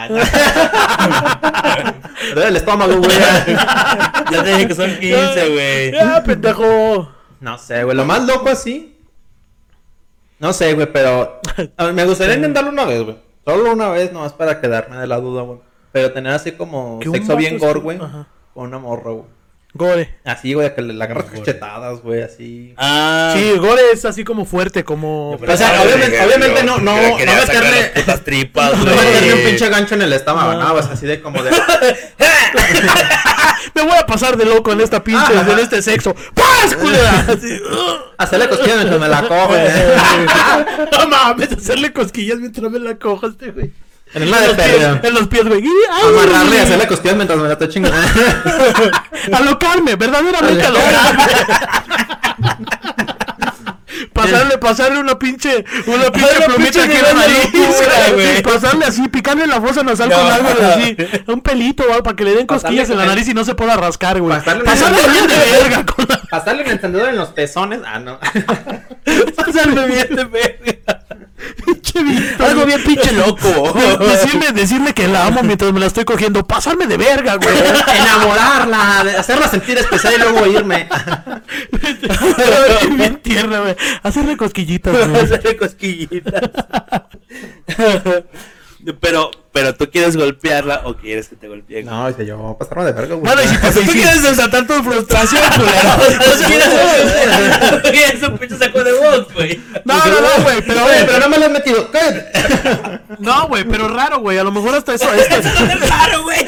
Pero el estómago, güey. Ya te dije que son 15, güey. Ya, pendejo. No sé, güey. Lo más loco así. No sé, güey, pero. A ver, me gustaría intentarlo una vez, güey. Solo una vez, nomás para quedarme de la duda, güey. Pero tener así como Que un sexo bien vato gore, güey. Ajá. Con una morra, güey. Gore. Así, güey, que le agarras cachetadas, güey, así. Ah. Sí, gore es así como fuerte, como... O sea, obviamente no meterle. Putas tripas, No meterle un güey. pinche gancho en el estómago, no, pues así de como de. Me voy a pasar de loco en esta pinche, en este sexo. ¡Paz, culera! Así, Hacerle cosquillas mientras me la cojo, güey. no mames, hacerle cosquillas mientras me la cojas, güey. En la de pérdida. En los pies, güey. Ay, Amarrarle y hacerle cosquillas mientras me la estoy chingando. alocarme, verdaderamente alocarme. Pasarle una pinche plumita aquí en la nariz, güey. Pasarle así, picarle la fosa nasal con algo así, un pelito, güey, para que le den cosquillas en la nariz y no se pueda rascar, güey. Pasarle bien de verga con la... Pasarle un encendedor en los pezones. Ah, no. Pasarle bien de verga. Pinche Víctor. Algo bien pinche loco. Decirle que la amo mientras me la estoy cogiendo. Pasarme de verga, güey. Enamorarla, hacerla sentir especial y luego irme. Bien tierna, güey. Hacerle cosquillitas, güey. Hacerle cosquillitas. Pero tú quieres golpearla o quieres que te golpeen. No, dice yo, voy a pasarme de verga, güey. Bueno, y si Tú quieres desatar tu frustración, culero. Tú quieres un pinche saco de voz, güey. No, güey, pero no me lo has metido. Cállate. no, güey, pero raro, güey, a lo mejor hasta eso, Eso es raro, güey.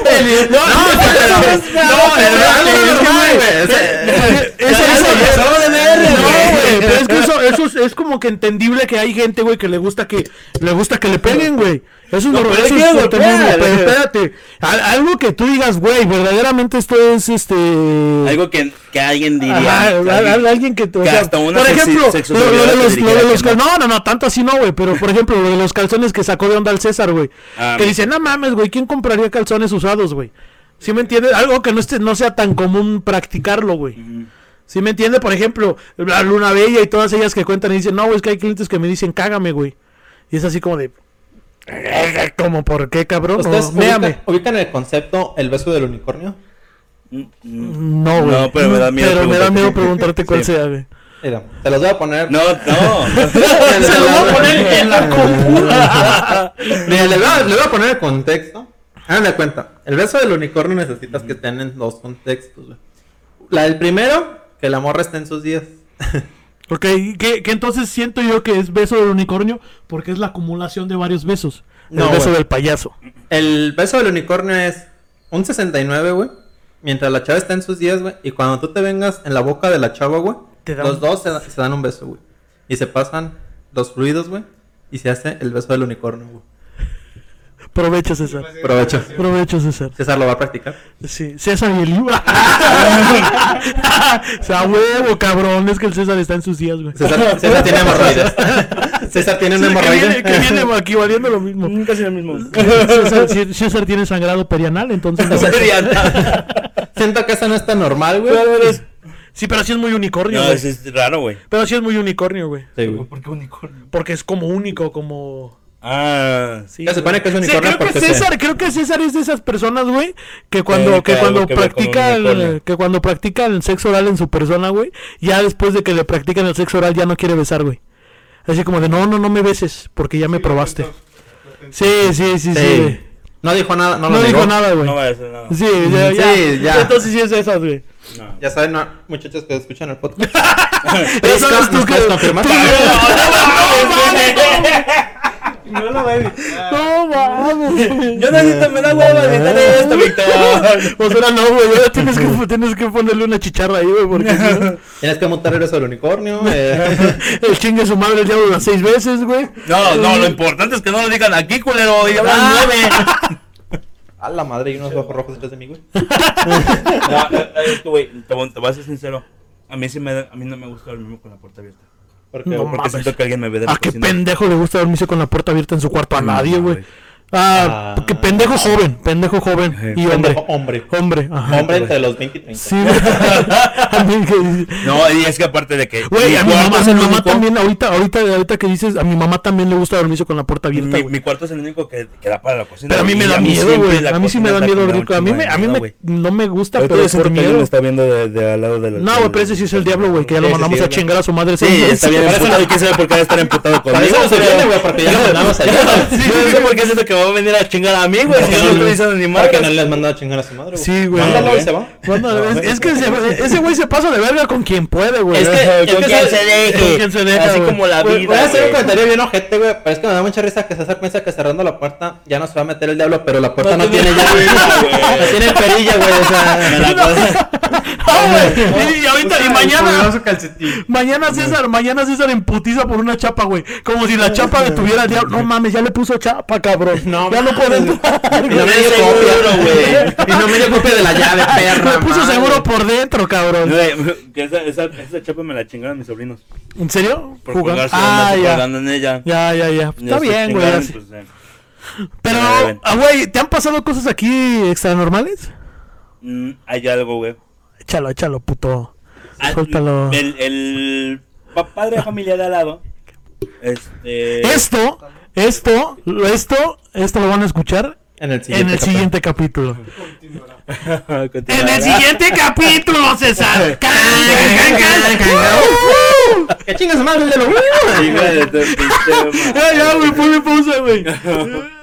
Pero es que eso es como que entendible que hay gente, güey, que le gusta que le peguen, güey. Eso es normal, eso es entendible, pero espérate. Algo que tú digas, güey, verdaderamente esto es Algo que alguien diría. Ajá, alguien que, o sea, hasta una por ejemplo, lo de los que no, tanto así no, güey, pero por ejemplo, lo de los calzones que sacó de onda el César, güey. Que dice, no mames, güey, ¿quién compraría calzones usados, güey? ¿Sí me entiendes? Algo que no sea tan común practicarlo, güey. ¿Sí me entiende? Por ejemplo, la Luna Bella y todas ellas que cuentan y dicen, no, güey, es que hay clientes que me dicen, cágame, güey. Y es así como de... ¿Cómo por qué, cabrón? ¿Ustedes Méame. ubican el concepto el beso del unicornio? No, güey. No, pero me da miedo Pero me da miedo preguntarte. preguntarte cuál Sí. sea, güey. Mira, te los voy a poner. No. Se lo voy a poner en la compu. Mira, le voy a poner el contexto. Háganme de cuenta. El beso del unicornio necesitas que estén en dos contextos, güey. El primero, que la morra esté en sus días. Ok, que entonces siento yo que es beso del unicornio porque es la acumulación de varios besos. No, el beso güey. del payaso. El beso del unicornio es un 69, güey. Mientras la chava está en sus días, güey. Y cuando tú te vengas en la boca de la chava, güey. Los dos se dan un beso, güey. Y se pasan los fluidos, güey. Y se hace el beso del unicornio, güey. Provecho, César. Provecho. Provecho, César. César lo va a practicar. Sí, César y el libro. O sea, huevo, cabrón. Es que el César está en sus días, güey. César tiene hemorroides. César tiene un hemorroide. Que viene equivaliendo lo mismo. Casi lo mismo. César tiene sangrado perianal, entonces. No. Siento que eso no está normal, güey. Sí, pero sí es muy unicornio, No, güey. es raro, güey. Pero sí es muy unicornio, güey. Sí, güey. ¿Por qué unicornio? Porque es como único, como... Sí. Ya se supone que es Sí, unicornio porque creo que César es de esas personas, güey, que cuando algo que ver con un practica el sexo oral en su persona, güey, ya después de que le practican el sexo oral ya no quiere besar, güey. Así como de, no me beses, porque ya me probaste. Sí. No dijo nada, No dijo nada, güey. No va a decir nada. Sí, ya. Entonces sí es de esas, güey. No. Ya saben, no, muchachos que escuchan el podcast. Eso eres tú que... confirmar. No mames. Yo necesito, me da hueva editar esto, Víctor. O sea, no, güey, ahora tienes que ponerle una chicharra ahí, güey, porque si no... Tienes que montar el beso del unicornio. El chingue su madre el diablo las 6 veces, güey. No, lo importante es que no lo digan aquí, culero. Y hablan 9. A la madre, y unos ojos rojos detrás de mí, güey. Es que, güey, te voy a ser sincero. A mí no me gusta dormir con la puerta abierta. Porque, No Porque mames. siento que alguien me ve de la ¿A qué cocina. pendejo le gusta dormirse con la puerta abierta en su cuarto? A nadie, güey. güey. Que pendejo joven y hombre. hombre. Ajá. Hombre entre los 20 y 30. Sí, güey. A mí que... No, y es que aparte de que. Güey, a mi cuarto mamá, es el único- también, ahorita que dices, a mi mamá también le gusta dormirse con la puerta abierta, Mi güey. cuarto es el único que da para la cocina. Pero a mí me y da miedo, siempre güey. la A mí sí me cocina da es la miedo que me abrir. da A un mí chingo de miedo, no me gusta, Ahorita pero yo siento por que alguien miedo. me está viendo de al lado de la. No, güey, pero ese sí es el diablo, güey, que ya lo Sí, mandamos sí, a chingar a su madre. Sí, está bien emputado. ¿Y quién sabe por qué va a estar emputado Para conmigo? eso no se viene, güey, porque ya lo mandamos allá. Sí, no sé por qué siento que va a venir a chingar a mí, güey. Si yo no estoy diciendo ni Porque no madre. les mandó a chingar a su madre, güey. Sí, güey. Mándalo y se va. Bueno, es que ese güey se pasa de verga con quien puede, güey. Es que Con quien se deje. Con quien se deja, Así güey. como la Voy vida. a hacer un güey. comentario bien ojete, güey. Pero es que me da mucha risa que César piensa que cerrando la puerta ya no se va a meter el diablo, pero la puerta no tiene llave. güey. No tiene perilla, güey. O sea, Y ahorita, y mañana César emputiza por una chapa, güey. Como si la chapa le tuviera el diablo. No mames, ya le puso chapa, cabrón. No, ya no puede entrar. y no me Estoy dio seguro, copia, güey. Y no me dio copia de la llave, perra. Le puso madre. seguro por dentro, cabrón. Güey, que esa chapa me la chingaron mis sobrinos. ¿En serio? Por Jugando. colgarse Ah, ya. colgando en ella. Ya. Ya Está se bien, güey. chingaron, así. pues, Pero, ya ven. güey, ¿te han pasado cosas aquí extranormales? Hay algo, güey. Échalo, puto. Ah, Suéltalo. El padre de familia de al lado. Esto lo van a escuchar En el en el siguiente capítulo. Continuará. En el siguiente capítulo, César. Que chingas madre el de lo Chinga de tu pinche madre. Ya, güey, ponle pausa, güey.